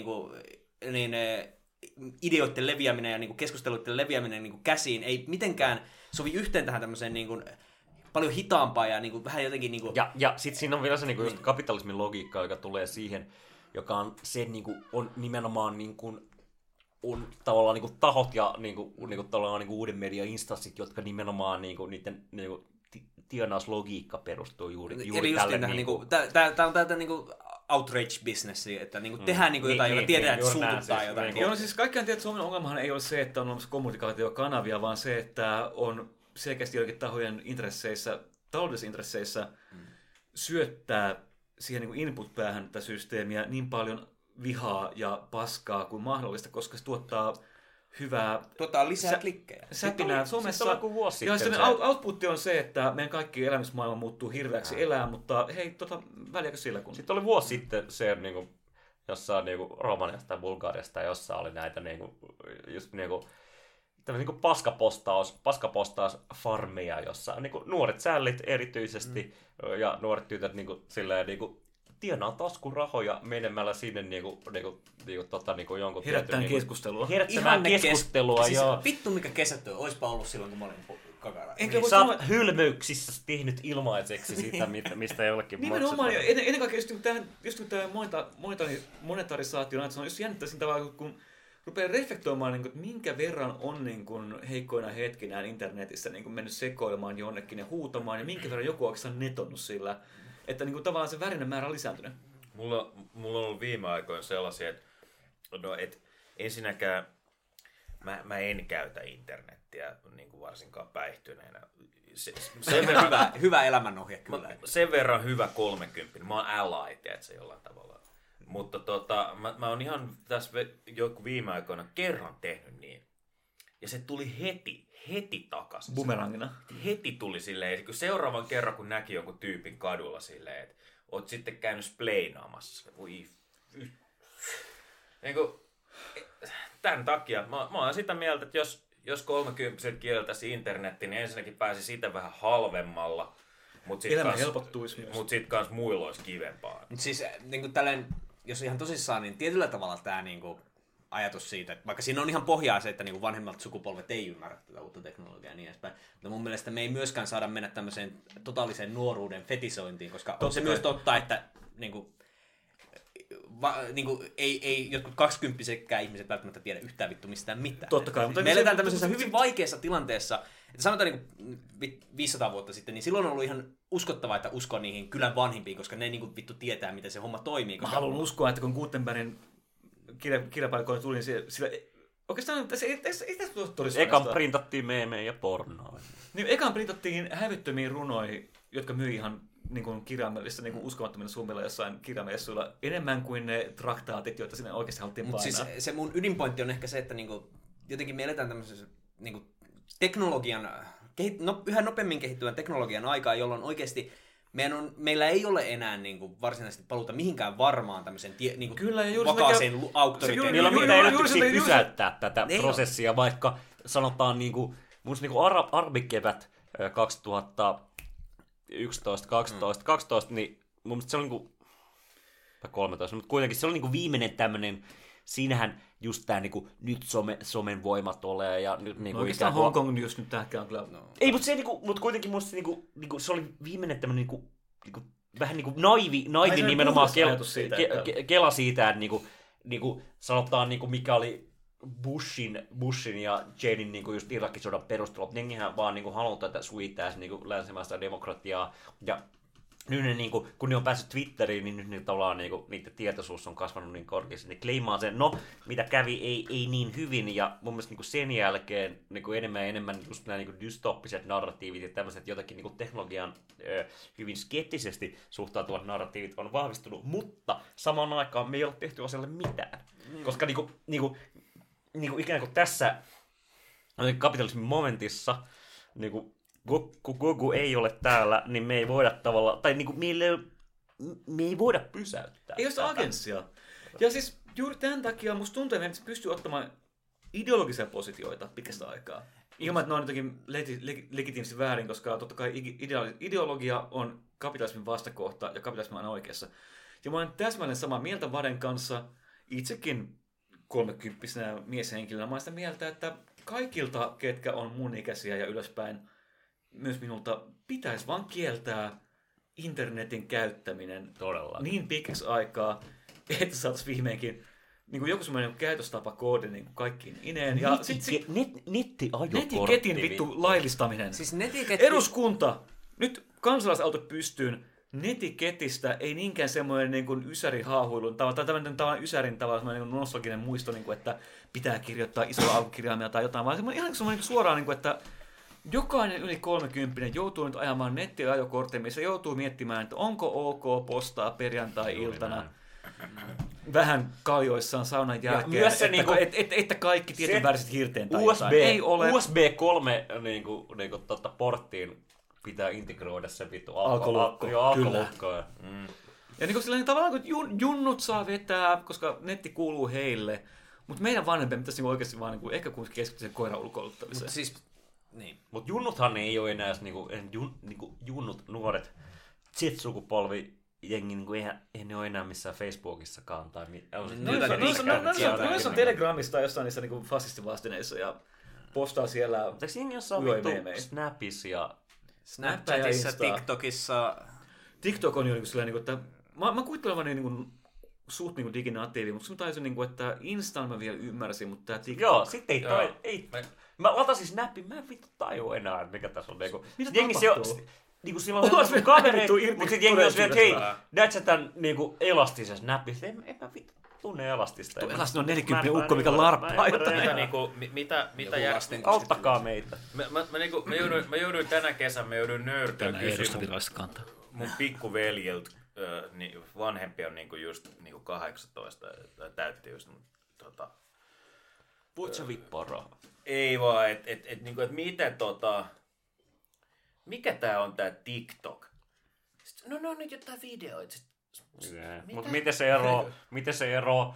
ideoiden leviäminen ja niinku keskusteluiden leviäminen niinku käsiin ei mitenkään sovi yhteen tähän tämmöiseen niinku paljon hitaampaa ja niinku vähän jotenkin niinku... Ja sitten siinä on vielä se niinku just kapitalismin logiikka, joka tulee siihen, joka on se niinku on nimenomaan niinku on tavallaan niinku tahot ja niinku tavallaan niinku uuden median instanssit, jotka nimenomaan niinku niiden niinku tienauslogiikka perustuu juuri tälle niinku tää on täältä niinku outrage-bisnessi, että niinku tehdään niinku jotain, joka tiedetään, että suututtaa jotain. Joo, no siis kaikkiaan tiedät, että Suomen ongelmahan ei ole se, että on olemassa kommunikaatiokanavia, vaan se, että on selkeästi joidenkin tahojen intresseissä, taloudellisissa intresseissä syöttää siihen niin input-päähän tätä systeemiä niin paljon vihaa ja paskaa kuin mahdollista, koska se tuottaa hyvää... Tuottaa lisää klikkejä. Säpinää somessa. Ja sitten outputti on se, että meidän kaikki elämismaailma muuttuu hirveäksi elää, mutta hei, väliäkö sillä kun... Sitten oli vuosi sitten se niinku, jossain niinku Romaniasta ja Bulgariasta, jossa oli näitä niinku, just niinku, niinku paskapostausfarmeja, jossa niinku, nuoret sällit erityisesti ja nuoret tytöt niinku, silleen niinku, tienaa taskurahoja menemällä sinne niinku jonkun herättämään keskustelua. Herättämään keskustelua, siis joo. Vittu mikä kesätyö, oispa ollut silloin, kun mä olin kakara. Niin, sä oot hylmyyksissä tehnyt ilmaiseksi sitä, mistä jollekin nimenomaan, ja ennen kaikkea just kun tämä monetarisaatio, että se on just jännittäisin tavalla, kun rupeaa reflektoimaan, että minkä verran on heikkoina hetkinään internetissä mennyt sekoilemaan jonnekin ja huutamaan, ja minkä verran joku on oikeastaan netonnut sillä, että tavallaan se värinen määrä on lisääntynyt. Mulla on ollut viime aikoina sellaisia, että ensinnäkään mä en käytä internettiä varsinkaan päihtyneenä. Sen verran hyvä elämänohje kyllä. Sen verran hyvä 30. Mä oon ally, tiedätkö, jollain tavalla. Mutta mä oon ihan tässä joku viime aikoina kerran tehnyt niin. Ja se tuli heti takaisin. Bumerangina. Heti tuli silleen, kun seuraavan kerran kun näki jonkun tyypin kadulla silleen, että oot sitten käynyt spleinaamassa. Tämän takia mä oon sitä mieltä, että jos 30 kieltäisi internetin, niin ensinnäkin pääsi siitä vähän halvemmalla. Elämä helpottuisi myös. Mutta sitten kans muilla olisi kivempaa. Mutta siis tällainen, jos ihan tosissaan, niin tietyllä tavalla tämä ajatus siitä, että vaikka siinä on ihan pohjaa se, että vanhemmat sukupolvet ei ymmärrä tätä uutta teknologiaa ja niin edespäin, mutta mun mielestä me ei myöskään saada mennä tämmöiseen totaaliseen nuoruuden fetisointiin, koska on se myös totta, että ei jotkut 20-sekään ihmiset välttämättä tiedä yhtään vittu mistään mitään. Totta kai, mutta me eletään tämmöisessä hyvin vaikeassa tilanteessa, että sanotaan 500 vuotta sitten, niin silloin on ollut ihan uskottavaa, että uskoa niihin kylän vanhimpiin, koska ne vittu tietää, miten se homma toimii. Mä haluan uskoa, että kun Gutenbergin kirjapaikoille tuli, niin sillä oikeastaan ei tässä todistaa. Ekan printattiin meemejä ja pornoa. Niin, ekan printattiin hävyttömiä runoja, jotka myi ihan kirjaimellissa uskomattomilla summilla jossain kirjaimessuilla enemmän kuin ne traktaatit, joita sinne oikeasti haluttiin painaa. Siis se mun ydinpointti on ehkä se, että jotenkin me eletään tämmöisessä teknologian, yhä nopeammin kehittyvän teknologian aikaa, jolloin oikeasti meillä ei ole enää varsinaisesti paluuta mihinkään varmaan tämmöiseen vakaaseen auktoriteettiin. Meillä on mitään edellytyksiä pysäyttää tätä prosessia, vaikka sanotaan arabikevät 2011, 12, niin mun mielestä se on 13, mutta kuitenkin se on viimeinen tämmöinen, siinähän just tää nyt somen voimat ole ja nyt oikeastaan Hongkong just nyt tähkään kyllä. No. Ei, mutta se mutta kuitenkin musta se oli viimeinen tämmöinen vähän naivi nimenomaan kela siitä, että sanotaan mikä oli Bushin ja Janein just Irakin sodan perustelut, nengihän vaan halunnut tätä sweetäisi länsimaista demokratiaa ja nyt ne, kun ne on päässyt Twitteriin, niin nyt ne tavallaan niiden tietoisuus on kasvanut niin korkeasti. Ne kleimaa sen, mitä kävi, ei niin hyvin. Ja mun mielestä sen jälkeen enemmän ja enemmän just nämä dystoppiset narratiivit ja tämmöiset jotakin teknologian hyvin skeptisesti suhtautuvat narratiivit on vahvistunut. Mutta samaan aikaan me ei ole tehty asialle mitään. Koska ikään kuin tässä kapitalismin momentissa kun Gogu ei ole täällä, niin me ei voida tavallaan, tai me ei voida pysäyttää. Ei ole sitä agenssia. Ja siis juuri tämän takia musta tuntuu, että me pystyy ottamaan ideologisia positioita pitkästä aikaa. Ilman, että ne on jotenkin legitiimisesti väärin, koska totta kai ideologia on kapitalismin vastakohta ja kapitalismi on oikeassa. Ja mä olen täsmälleen samaa mieltä Vaden kanssa, itsekin 30-vuotiaana mieshenkilönä. Mä olen sitä mieltä, että kaikilta, ketkä on mun ikäisiä ja ylöspäin, myös minulta pitäisi vaan kieltää internetin käyttäminen niin pitkäksi aikaa, että saataisiin viimeinkin joku semmoinen käytöstapa koodi kaikkiin ineen. Ja netiketin vittu laillistaminen. Siis Eduskunta! Nyt kansalaisautot pystyyn. netiketistä, ei niinkään semmoinen niin kuin ysärihaahuilun, tai tämmöinen ysärin tavalla niin nostalginen muisto, niin kuin, että pitää kirjoittaa isoa alkukirjaimia tai jotain, vaan semmoinen, ihan semmoinen suoraan, niin kuin, että jokainen yli 30 joutuu nyt ajamaan nettiajokortteja, missä joutuu miettimään, että onko ok postaa perjantai-iltana vähän kaljoissaan saunan jälkeen, myös se että, niinku, että kaikki tietyn väriset hirteen tai USB, jotain. Ei ole. USB 3 niinku, porttiin pitää integroida se vittu Alkolukko. alkolukko. Ja niin kuin tavallaan kun junnut saa vetää, koska netti kuuluu heille, mutta meidän vanhempien pitäisi niin oikeasti vaan niin ehkä keskittyä sen koiran ulkoiluttamiseen. Mutta siis, niin. Mut junnuthan ei ole enää junnut nuoret Z-sukupolvi jengi, niinku, eihän ne ole enää missään Facebookissakaan. Tai Noissa on Telegramissa tai jossain niissä niin fasistivastineissa ja postaa siellä. Eikö jengi jossain vittu Snapissa ja Snapchatissa, TikTokissa. TikTok on jo niin kuin, että mä kuvittelen niin suht niin diginatiivi, mutta se taisin, niin kuin, että Instan mä vielä ymmärsin, mutta tämä TikTok... Joo, sitten ei. Mä latasin Snapin, mä en vittu tajua enää, mikä tässä on. Niinku, mitä jengi tapahtuu? Niinku silloin on kavereita, mutta sitten jengi on silleen, että hei, näet sä tän niinku elastisen Snapin? En mä vittu tunne elastista. Tuo elastinen on 40 ukko, mikä larppaa jotain. Mitä auttakaa meitä. Mä jouduin tänä kesänä, nöyrtyä kysymään mun pikkuveljeltä. Vanhempi on niinku just niinku 18 täytti just Voit sä vippaa rahaa? Ei vaan, niinku, miten mikä tää on tää TikTok? Sitten, no on nyt jotain videoita. Mutta miten se ero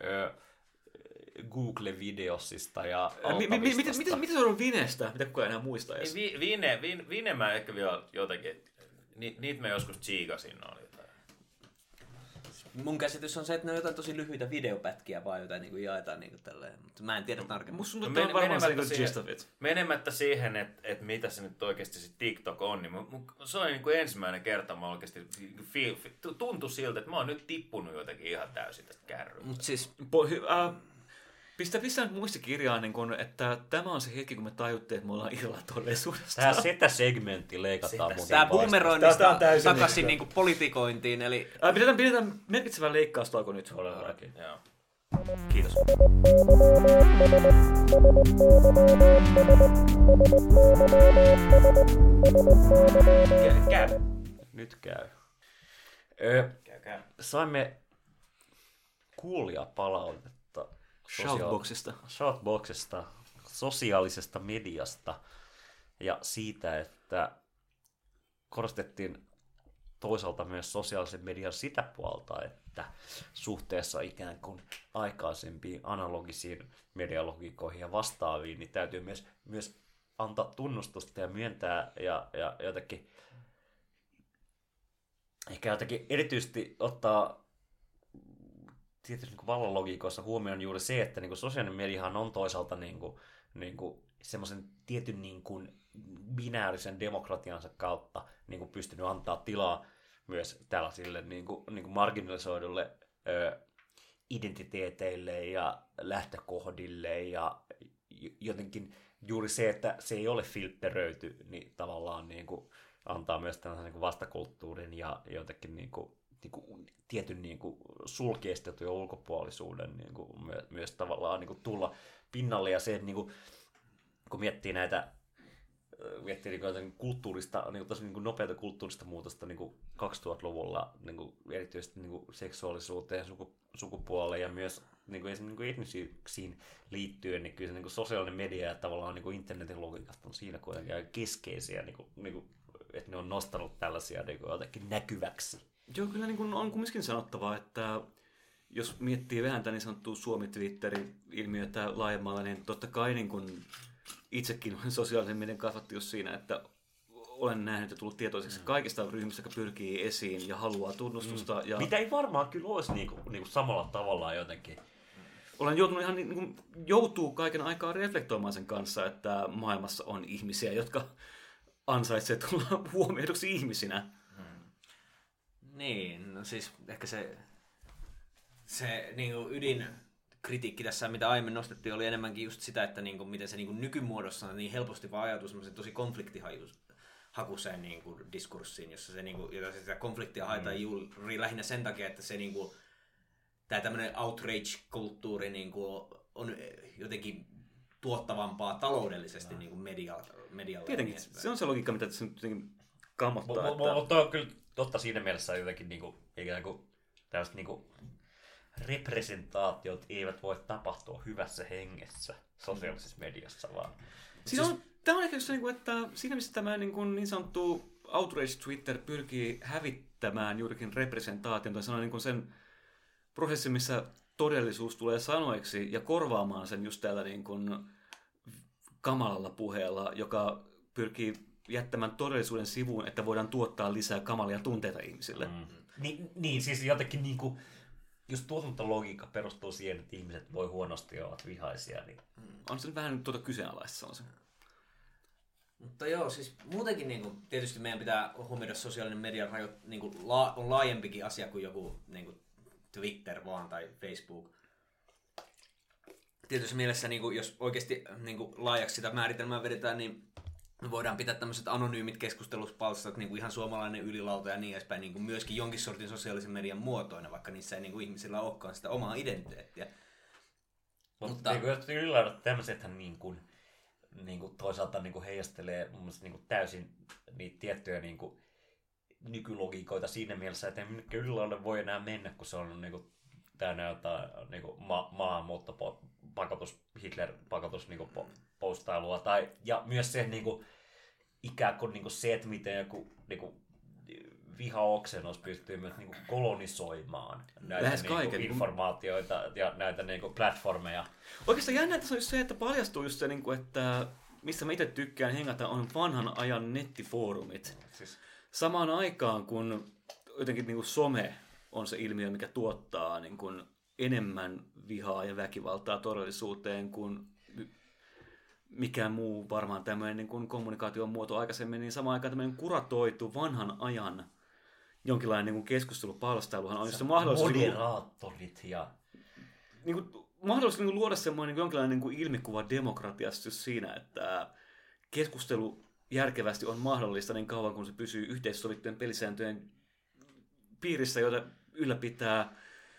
Google-videossista ja Miten se on Vinestä? Mitä kukaan enää muista edes? Vine mä ehkä vielä jotenkin, niitä mä joskus tsiikasin oli. Mun käsitys on se, että ne on jotain tosi lyhyitä videopätkiä vaan, jotain niin kuin jaetaan niin kuin tälleen, mutta mä en tiedä tarkemmin. Musta tuntuu, että on varmaan se gist of it. Menemättä siihen, että mitä se nyt oikeasti se TikTok on, niin se on niin kuin ensimmäinen kerta, mä oikeasti tuntui siltä, että mä oon nyt tippunut jotenkin ihan täysin tästä kärrystä. Mut siis... Pistä nyt muistikirjaan, niin kun, että tämä on se hetki, kun me tajuttiin, että me ollaan irralla todellisuudesta. Tämä setä-segmentti leikataan mun. Tämä boomeroinnista takaisin niin politikointiin, eli... Pidetään merkitsevän leikkaustauko nyt. Todellakin. Joo. Kiitos. Käy. Nyt käy. Käy. Saimme kuulijapalautetta. Shoutboxista, sosiaalisesta mediasta ja siitä, että korostettiin toisaalta myös sosiaalisen median sitä puolta, että suhteessa ikään kuin aikaisempiin analogisiin medialogiikoihin ja vastaaviin, niin täytyy myös antaa tunnustusta ja myöntää ja jotenkin ehkä jotenkin erityisesti ottaa tietysti niin vallanlogiikoissa huomioon juuri se, että niin sosiaalinen mediahan on toisaalta niin semmoisen tietyn niin kuin binäärisen demokratiansa kautta niin pystynyt antaa tilaa myös tällaisille niin kuin marginalisoidulle identiteeteille ja lähtökohdille ja jotenkin juuri se, että se ei ole filtteröity, niin tavallaan niin kuin antaa myös tällaisen niin kuin vastakulttuurin ja jotenkin niin kuin tietyn niin kuin sulkeistetun ja ulkopuolisuuden niin kuin myös tavallaan niin kuin tulla pinnalle ja se, että niin kuin, kun miettii niin kulttuurista, niin kuin nopeata kulttuurista muutosta niin kuin 2000-luvulla niin kuin erityisesti niin kuin seksuaalisuuteen, sukupuoleen ja myös niin kuin esimerkiksi etnisyyksiin liittyen, niin kyllä se niin kuin sosiaalinen media ja tavallaan niin kuin internetin logiikasta on siinä kuitenkin aika keskeisiä, niin kuin, että ne on nostanut tällaisia niin kuin jotenkin näkyväksi. Joo, kyllä niin kuin on kumminkin sanottavaa, että jos miettii vähän tämän niin sanottua Suomi-Twitterin ilmiötä laajemmalla, niin totta kai niin kuin itsekin olen sosiaalisen median kasvatti just siinä, että olen nähnyt ja tullut tietoiseksi kaikista ryhmistä, jotka pyrkii esiin ja haluaa tunnustusta. Ja mitä ei varmaan kyllä olisi niin kuin samalla tavalla jotenkin. Olen joutunut ihan niin kuin, joutuu kaiken aikaa reflektoimaan sen kanssa, että maailmassa on ihmisiä, jotka ansaitsee tulla huomioiduksi ihmisinä. Niin, no siis ehkä se niin kuin ydinkritiikki tässä, mitä aiemmin nostettiin, oli enemmänkin just sitä, että niin kuin, miten se niin kuin nykymuodossa niin helposti vaan ajautuu semmoisen tosi konfliktihajuiseen hakuseen niin kuin diskurssiin, jossa se, niin kuin, jota sitä konfliktia haetaan juuri lähinnä sen takia, että se niin kuin, tämä tämmöinen outrage-kulttuuri niin kuin, on jotenkin tuottavampaa taloudellisesti niin kuin medialle. Tietenkin, se on se logiikka, mitä tässä nyt jotenkin kammottaa. Mutta on kyllä totta siinä mielessä jotenkin niinku, ikään kuin tällaiset niinku representaatiot eivät voi tapahtua hyvässä hengessä sosiaalisessa mediassa, vaan... Tämä on ehkä just se, että siinä missä tämä niin sanottu outrage Twitter pyrkii hävittämään juurikin representaation, tai sanoa sen prosessin, missä todellisuus tulee sanoiksi, ja korvaamaan sen just tällä niin kuin kamalalla puheella, joka pyrkii jättämään todellisuuden sivuun, että voidaan tuottaa lisää kamalia tunteita ihmisille. Niin, siis jotenkin niinku, just tuotantologiikka perustuu siihen, että ihmiset voi huonosti ja ovat vihaisia. Niin... On se vähän kyseenalaista, on se. Mutta joo, siis muutenkin niin kuin, tietysti meidän pitää huomioida sosiaalinen media niin kuin, on laajempikin asia kuin joku niin kuin Twitter vaan tai Facebook. Tietysti mielessä, niin kuin, jos oikeasti niin kuin, laajaksi sitä määritelmää vedetään, niin me voidaan pitää tämmöiset anonyymit keskusteluspalstat, niin kuin ihan suomalainen ylilauta ja niin edespäin, niin kuin myöskin jonkin sortin sosiaalisen median muotoina, vaikka niissä ei niin kuin, ihmisillä olekaan sitä omaa identiteettiä. Mutta ylilaudat tämmöisethän niin kuin toisaalta niin kuin heijastelee mun mielestä niin kuin täysin niitä tiettyjä niin kuin nykylogiikoita siinä mielessä, että ei ylilaudalle voi enää mennä, kun se on niin kuin täynnä jotain niin kuin maahanmuuttopakotus, Hitler-pakotus niin kuin postailua. Ja myös se niin kuin, ikään kuin, se, että miten joku niin kuin, vihaoksennus pystyy myös niin kuin kolonisoimaan näitä niin kuin, informaatioita ja näitä niin kuin, platformeja. Oikeastaan jännä tässä on just se, että paljastuu just se, että mistä mä itse tykkään hengata, on vanhan ajan nettifoorumit. Siis... Samaan aikaan, kun jotenkin niin kuin some on se ilmiö, mikä tuottaa niin kuin enemmän vihaa ja väkivaltaa todellisuuteen kuin mikään muu varmaan tämmöinen niin kuin kommunikaation muoto aikaisemmin, niin samaan aikaan tämmöinen kuratoitu vanhan ajan jonkinlainen niin kuin keskustelupalstailuhan on se mahdollisuus... Moderaattorit ja... Niin kuin, mahdollisuus niin kuin luoda semmoinen niin jonkinlainen niin kuin ilmikuva demokratiasta just siinä, että keskustelu järkevästi on mahdollista niin kauan, kun se pysyy yhteissovittujen pelisääntöjen piirissä, joita ylläpitää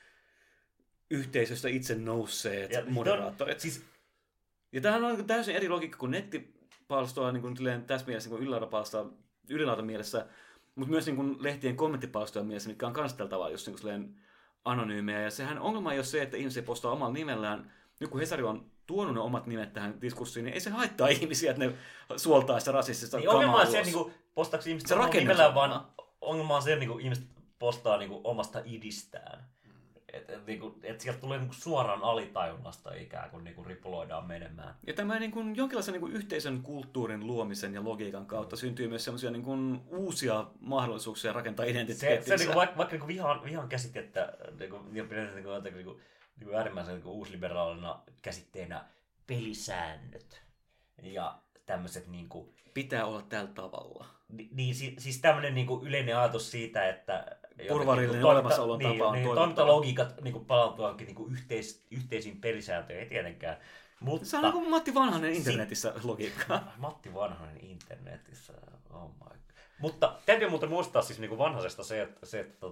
yhteisöstä itse nousseet moderaattorit. Ja tämähän on täysin eri logiikka kuin nettipalstoa niin kuin tässä mielessä niin ylilaudan mielessä, mutta myös niin kuin lehtien kommenttipalstojen mielessä, mitkä on myös tällä tavalla just niin kuin anonyymejä. Ja sehän ongelma ei ole se, että ihmiset postaa omalla nimellään. Nyt kun Hesari on tuonut ne omat nimet tähän diskurssiin, niin ei se haittaa ihmisiä, että ne suoltaa sitä rasistista kamaa ulos. Ongelma on se, niin kuin postaako ihmiset omalla nimellään, vaan ongelma on se, että niin ihmiset postaa niin kuin omasta idistään. Että sieltä tulee niinku suoraan alitajunnasta ikään kuin niinku ripuloidaan menemään. Ja tämä niinku jonkinlaisen niinku yhteisön kulttuurin luomisen ja logiikan kautta syntyy myös sellaisia niinku uusia mahdollisuuksia rakentaa identiteettinsä. Se vaikka niinku vihan käsitettä pidetään niinku äärimmäisen niinku uusliberaalina käsitteenä pelisäännöt ja tämmöiset niinku pitää olla tällä tavalla. Niin siis tämmöinen niinku yleinen ajatus siitä, että porvarillinen olemassaolon tapa on toivottava. Toimintalogiikat niin palautuaankin niin yhteisiin pelisääntöihin, ei tietenkään. Mutta, se on niin kuin Matti Vanhanen internetissä logiikkaa. Matti Vanhanen internetissä, oh my God. Mutta täytyy muuten muistaa siis niin Vanhasesta se, että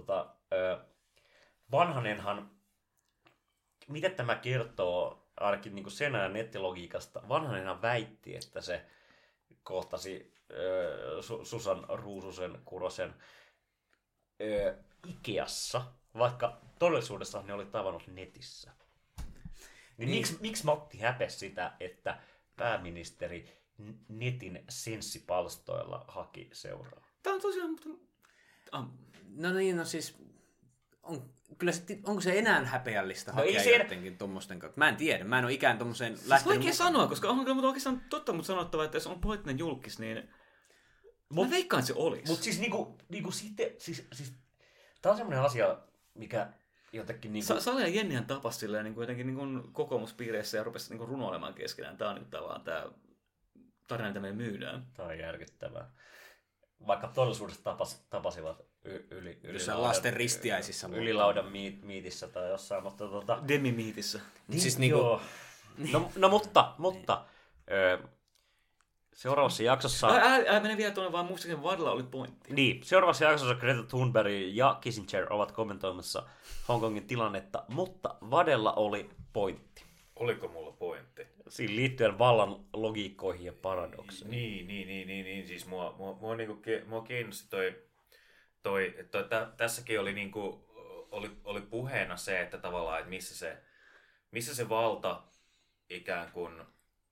Vanhanenhan, miten tämä kertoo ainakin niin sen ajan nettilogiikasta, Vanhanenhan väitti, että se kohtasi Susan Ruususen Kurosen Ikeassa, vaikka todellisuudessa ne oli tavannut netissä. Niin. Miksi Matti häpesi sitä, että pääministeri netin senssipalstoilla haki seuraa? Tämä on tosiaan... No niin, no siis... onko se enää häpeällistä hakea jotenkin tommosten kautta? Mä en tiedä, mä en ole ikään tommoseen lähtenyt. Vaikea sanoa, koska on kyllä oikeastaan totta, mutta sanottava, että jos on poliittinen julkis, niin... Mä veikkaan, että se olisi. Mutta siis niinku sitten... Siis, tää on semmoinen asia, mikä jotenkin niinku... Sale ja Jennihän tapasi silleen niinku jotenkin niinku kokoomuspiireissä ja rupesi niinku runoilemaan keskenään. Tää on niinku tavallaan tää tarina, mitä me myydään. Tää on järkyttävää. Vaikka todellisuudessa tapasivat jossain lasten ristiäisissä. Ylilaudan miitissä tai jossain, mutta Demi-miitissä. Siis niinku... No mutta Seuraavassa jaksossa... Älä mene vielä tuonne, vaan muistaakseni Vadalla oli pointti. Niin, seuraavassa jaksossa Greta Thunberg ja Kissinger ovat kommentoimassa Hongkongin tilannetta, mutta Vadella oli pointti. Oliko mulla pointti? Siinä liittyen vallan logiikkoihin ja paradokseihin. Niin. Siis mua kiinnosti tässäkin oli niinku, oli puheena se, että tavallaan, että missä se valta ikään kuin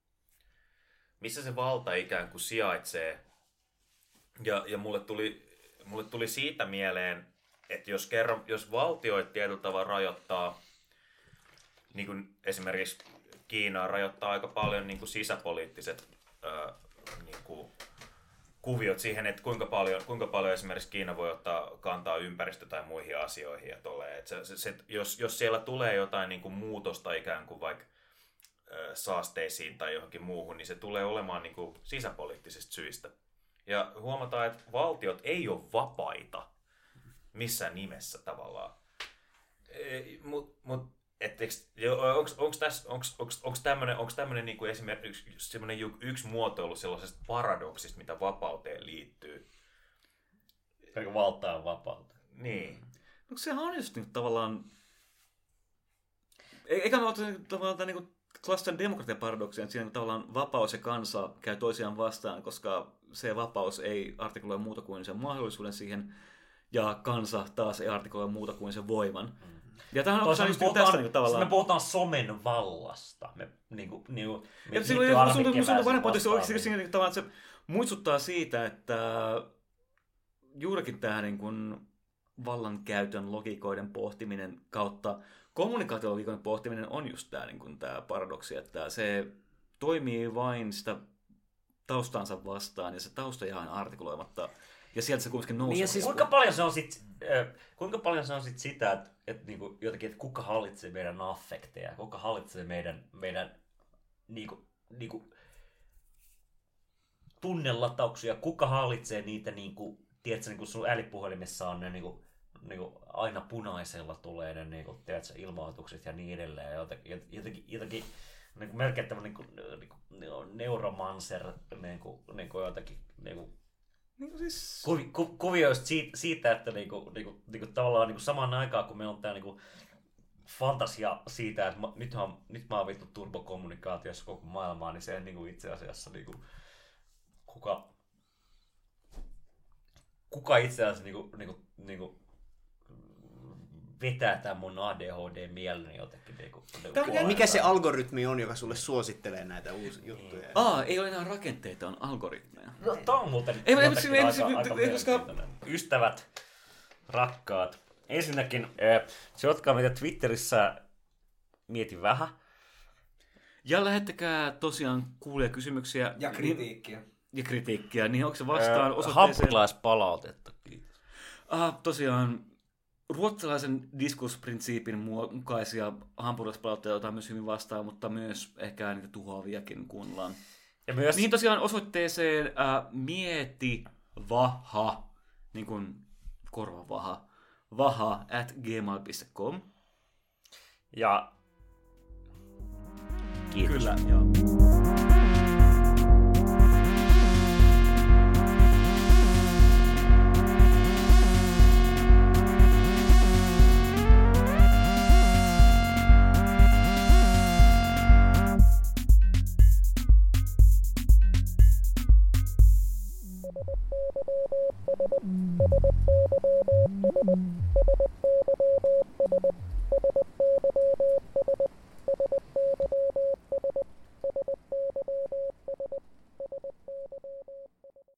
sijaitsee. Ja mulle tuli siitä mieleen, että jos valtioit tietyllä tavalla rajoittaa, niin kuin esimerkiksi Kiinaa rajoittaa aika paljon niin kuin sisäpoliittiset niin kuin kuviot siihen, että kuinka paljon esimerkiksi Kiina voi ottaa kantaa ympäristö- tai muihin asioihin ja tolleen. Jos siellä tulee jotain niin kuin muutosta ikään kuin vaikka saasteisiin tai johonkin muuhun, niin se tulee olemaan niin kuin sisäpoliittisista syistä. Ja huomataan, että valtiot ei ole vapaita missään nimessä tavallaan. Onko tämmöinen niinku esimerkiksi semmoinen yksi muotoilu sellaisesta paradoksista, mitä vapauteen liittyy? Eikä valtaa on vapautta. Niin. No sehän on just niin, tavallaan... Eikä me ole tavallaan niin klassisen demokratian paradoksia, että siinä tavallaan vapaus ja kansa käy toisiaan vastaan, koska se vapaus ei artikuloi muuta kuin sen mahdollisuuden siihen, ja kansa taas ei artikuloi muuta kuin sen voiman. Ja tämähän on just tästä niin tavallaan... Me puhutaan somen vallasta. Se on vanha pointti, että se muistuttaa siitä, että juurikin tämä niin kuin vallankäytön logiikoiden pohtiminen kautta kommunikaatiologiikoiden pohtiminen on just tämä, niin kuin tämä paradoksi, että se toimii vain sitä taustaansa vastaan ja se tausta jää artikuloimatta. Ja sieltä se kuitenkin nousee. Niin siis kuinka paljon se on sit sitä, että niinku jotenkin, että kuka hallitsee meidän affekteja, kuka hallitsee meidän niinku tunnelatauksia, kuka hallitsee niitä tiedätkö, niinku sun älypuhelimessa on ne niinku aina punaisella tulee ne niinku, tiedätkö, ilmoitukset ja niin edelleen. Jotenkin niinku melkein tämmöinen niinku neuromancer niinku jotenkin niinku siis... kuvio siitä, että tavallaan samaan aikaan, kun meillä on tämä fantasia siitä, että nyt mä oon vittu turbokommunikaatiossa koko maailmaa, niin se itse asiassa kuka itse asiassa vetää tämän mun ADHD-mieleni jotenkin. Mikä se algoritmi on, joka sulle suosittelee näitä uusia juttuja? Ei ole enää rakenteita, on algoritmeja. No, tämä on muuten aika mielenkiintoinen. Ystävät, rakkaat. Ensinnäkin, se jotka meitä Twitterissä mieti vähän. Ja lähettäkää tosiaan kuulijakysymyksiä. Ja kritiikkiä. Ja kritiikkiä, niin onko se vastaan osoitteeseen... Hampurlaispalautetta, kiitos. Tosiaan, ruotsalaisen diskursprinsiipin mukaisia hampurilaspalautteita otetaan myös hyvin vastaan, mutta myös ehkä niitä tuhoaviakin kuunnellaan. Ja myös... Niin tosiaan osoitteeseen mieti vaha, niin kuin korvavaha, vaha@gmail.com. Ja kiitos. Kyllä, joo.